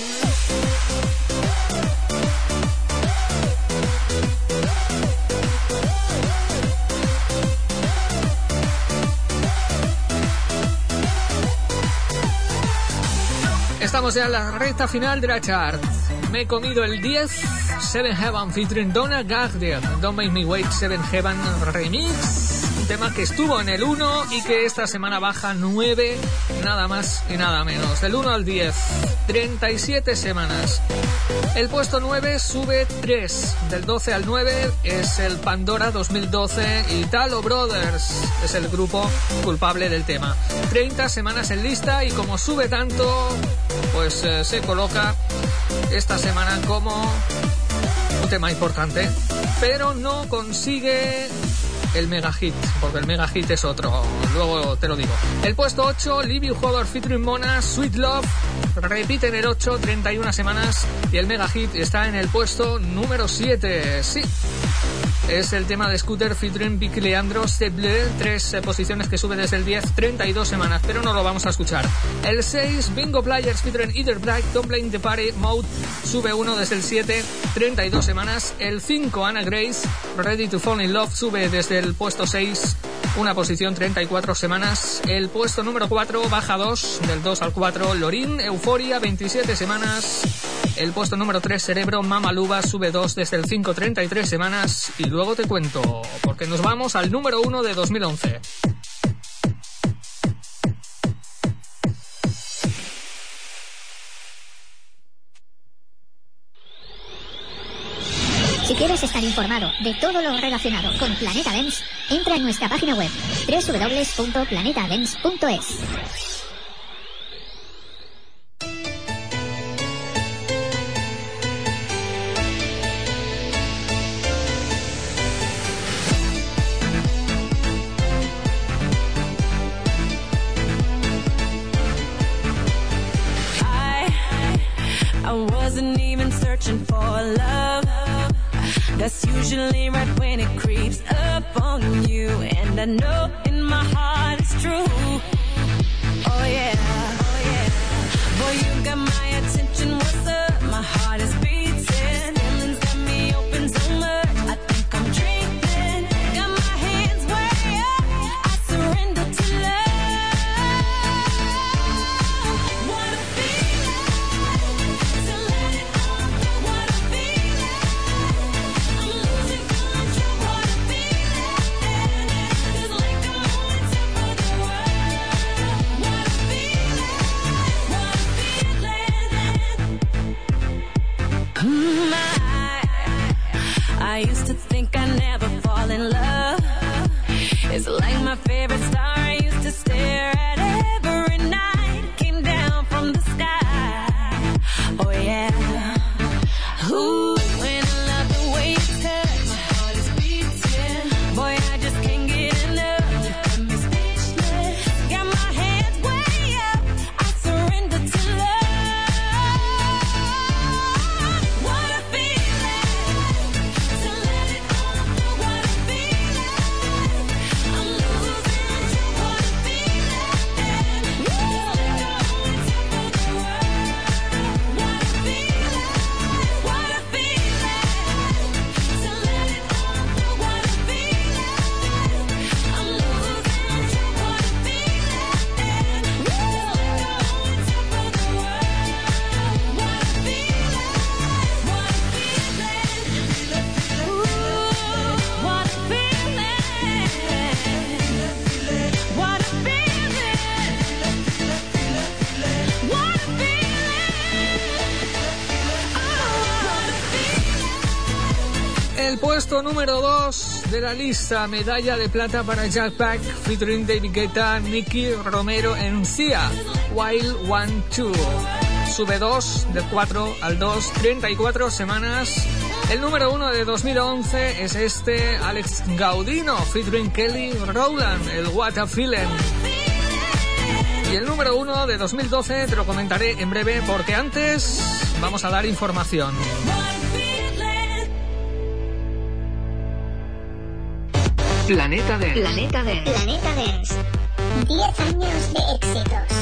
Estamos ya en la recta final de la chart. Me he comido el 10, Seven Heaven featuring Donna Gardner, Don't Make Me Wait, Seven Heaven Remix. Un tema que estuvo en el 1 y que esta semana baja 9, nada más y nada menos. Del 1 al 10, 37 semanas. El puesto 9 sube 3, del 12 al 9 es el Pandora 2012 y Italo Brothers es el grupo culpable del tema. 30 semanas en lista y como sube tanto, pues se coloca esta semana como un tema importante, pero no consigue el mega hit, porque el mega hit es otro, luego te lo digo. El puesto 8, Libby Hubbard featuring Mona, Sweet Love, repite en el 8, 31 semanas, y el mega hit está en el puesto número 7, sí. Es el tema de Scooter featuring Vicky Leandro, C'est Bleu, 3 posiciones que sube desde el 10, 32 semanas, pero no lo vamos a escuchar. El 6, Bingo Players featuring Either Black, Don't Blame the Party, Mode, sube 1 desde el 7, 32 semanas. El 5, Anna Grace, Ready to Fall in Love, sube desde el puesto 6, una posición, 34 semanas. El puesto número 4, baja 2, del 2 al 4, Lorin, Euforia, 27 semanas. El puesto número 3, Cerebro, Mamaluba, sube 2 desde el 5, 33 semanas. Y luego te cuento, porque nos vamos al número 1 de 2011. Si quieres estar informado de todo lo relacionado con Planeta Dance, entra en nuestra página web www.planetadance.es. I wasn't even searching for love. That's usually right when it creeps up on you. And I know in my heart it's true. Oh yeah, oh yeah. Boy, you got my attention, what's up? My heart is beating. Feelings got me open so much, I think I'm dreaming. Got my hands way up, I surrender to love. What a feeling, to let it all go. What a feeling, I'm losing control. What a feeling, there's It's like my favorite star I used to stare at every night. Came down from the sky. Oh yeah. Ooh, when I love the way you touch, my heart is beating. Boy, I just can't get enough. You got me speechless. Got my hands way up. I surrender to love. What a feeling to let it all go. What a feeling. I'm losing you. What a feeling. You're on top of the world. What a feeling. What a feeling to let it all go. What a feeling. I'm losing you. What a feeling. You're on top of the world. What a feeling. What a feeling. Ooh, what a feeling. What a feeling. What a El puesto número 2 de la lista, medalla de plata para Jack Black, featuring David Guetta, Nicky Romero en Sia, Wild One 2. Sube 2, del 4 al 2, 34 semanas. El número 1 de 2011 es este, Alex Gaudino, featuring Kelly Rowland, el What a Feeling. Y el número 1 de 2012 te lo comentaré en breve, porque antes vamos a dar información. Planeta Dance. Planeta Dance. Planeta Dance. 10 años de éxitos.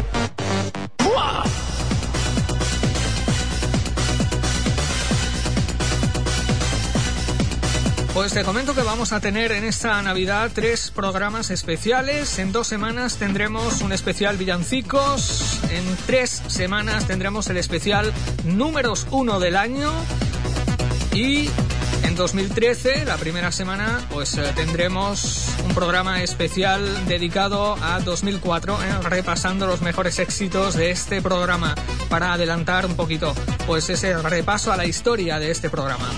Pues te comento que vamos a tener en esta Navidad 3 programas especiales. En 2 semanas tendremos un especial villancicos. En 3 semanas tendremos el especial números 1 del año. Y en 2013, la primera semana, pues tendremos un programa especial dedicado a 2004, repasando los mejores éxitos de este programa, para adelantar un poquito pues ese repaso a la historia de este programa.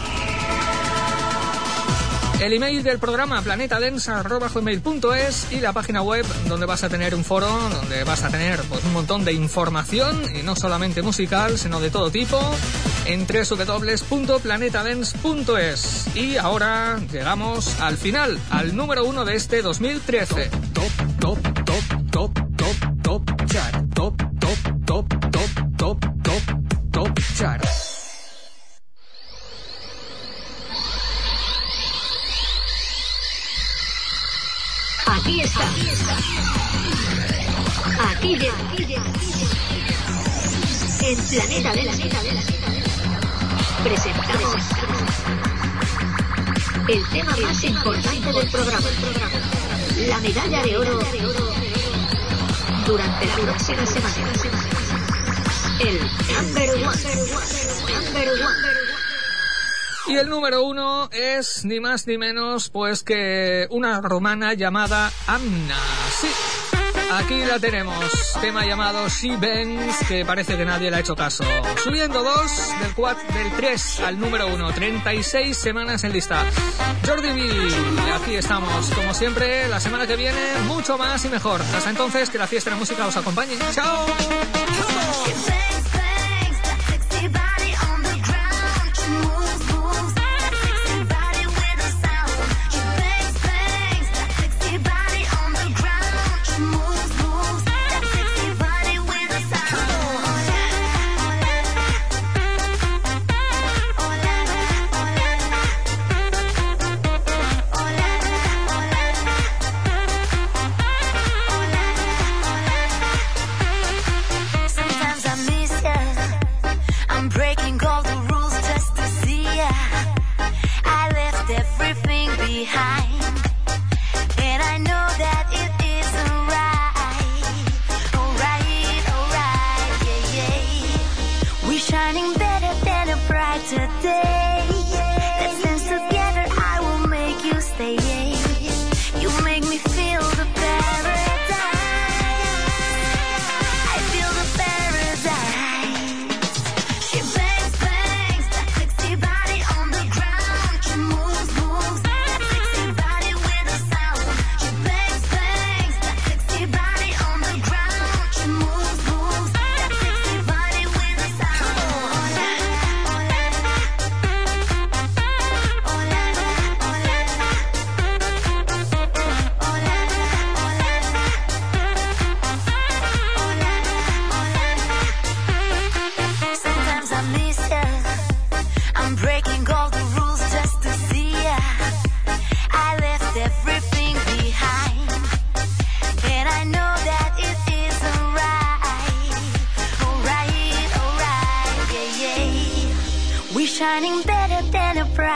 El email del programa, planetadance@gmail.es, y la página web donde vas a tener un foro, donde vas a tener pues un montón de información, y no solamente musical, sino de todo tipo, en www.planetadance.es. Y ahora llegamos al final, al número 1 de este 2013. Top chart. Aquí está. Aquí llega. En Planeta Dance presentamos el tema más importante del programa. La medalla de oro durante la próxima semana. El number one. Y el número 1 es ni más ni menos pues que una rumana llamada Amna. Sí, aquí la tenemos. Tema llamado She Bends, que parece que nadie le ha hecho caso. Subiendo 2, del 3 al número 1, 36 semanas en lista. Jordi B, aquí estamos. Como siempre, la semana que viene, mucho más y mejor. Hasta entonces, que la fiesta de la música os acompañe. ¡Chao! Sometimes I miss ya.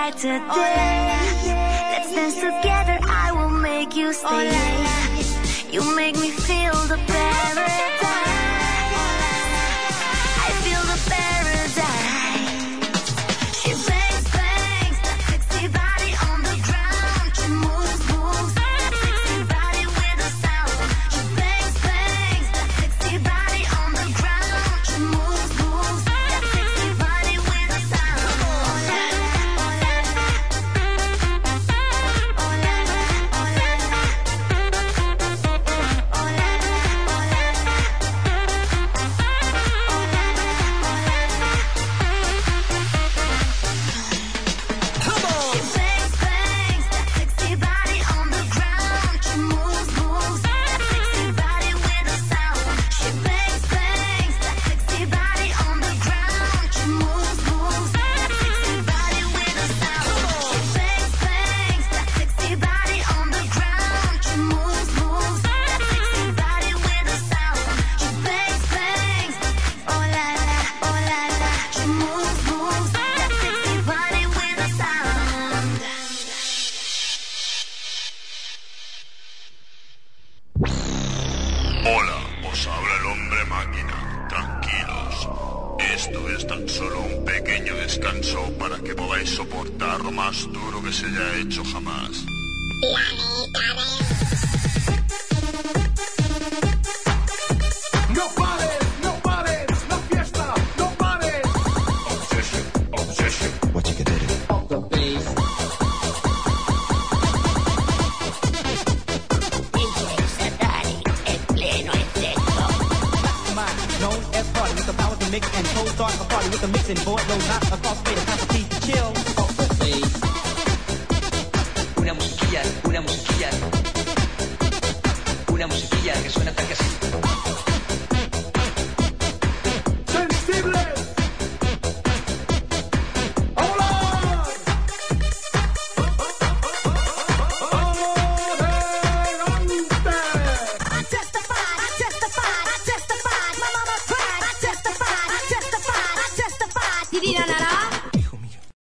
right today. Let's dance together, I will make you stay. You make me feel the paradise. I feel the paradise. She bangs, bangs, that sexy body on the ground. She moves, moves, that sexy body with a sound. She bangs, bangs, that sexy body on the ground. She moves, moves, that sexy body with a sound. Hola, os habla el hombre máquina. Tranquilos, esto es tan solo un pequeño descanso para que podáis soportar lo más duro que se haya hecho jamás. No pares, no pares, no fiesta, no pares. Obsession, obsession. What you get it? Of the bass. Known as party with the power to mix and cold start a party with the mixing board, no not a crossfade, a time for peace to chill.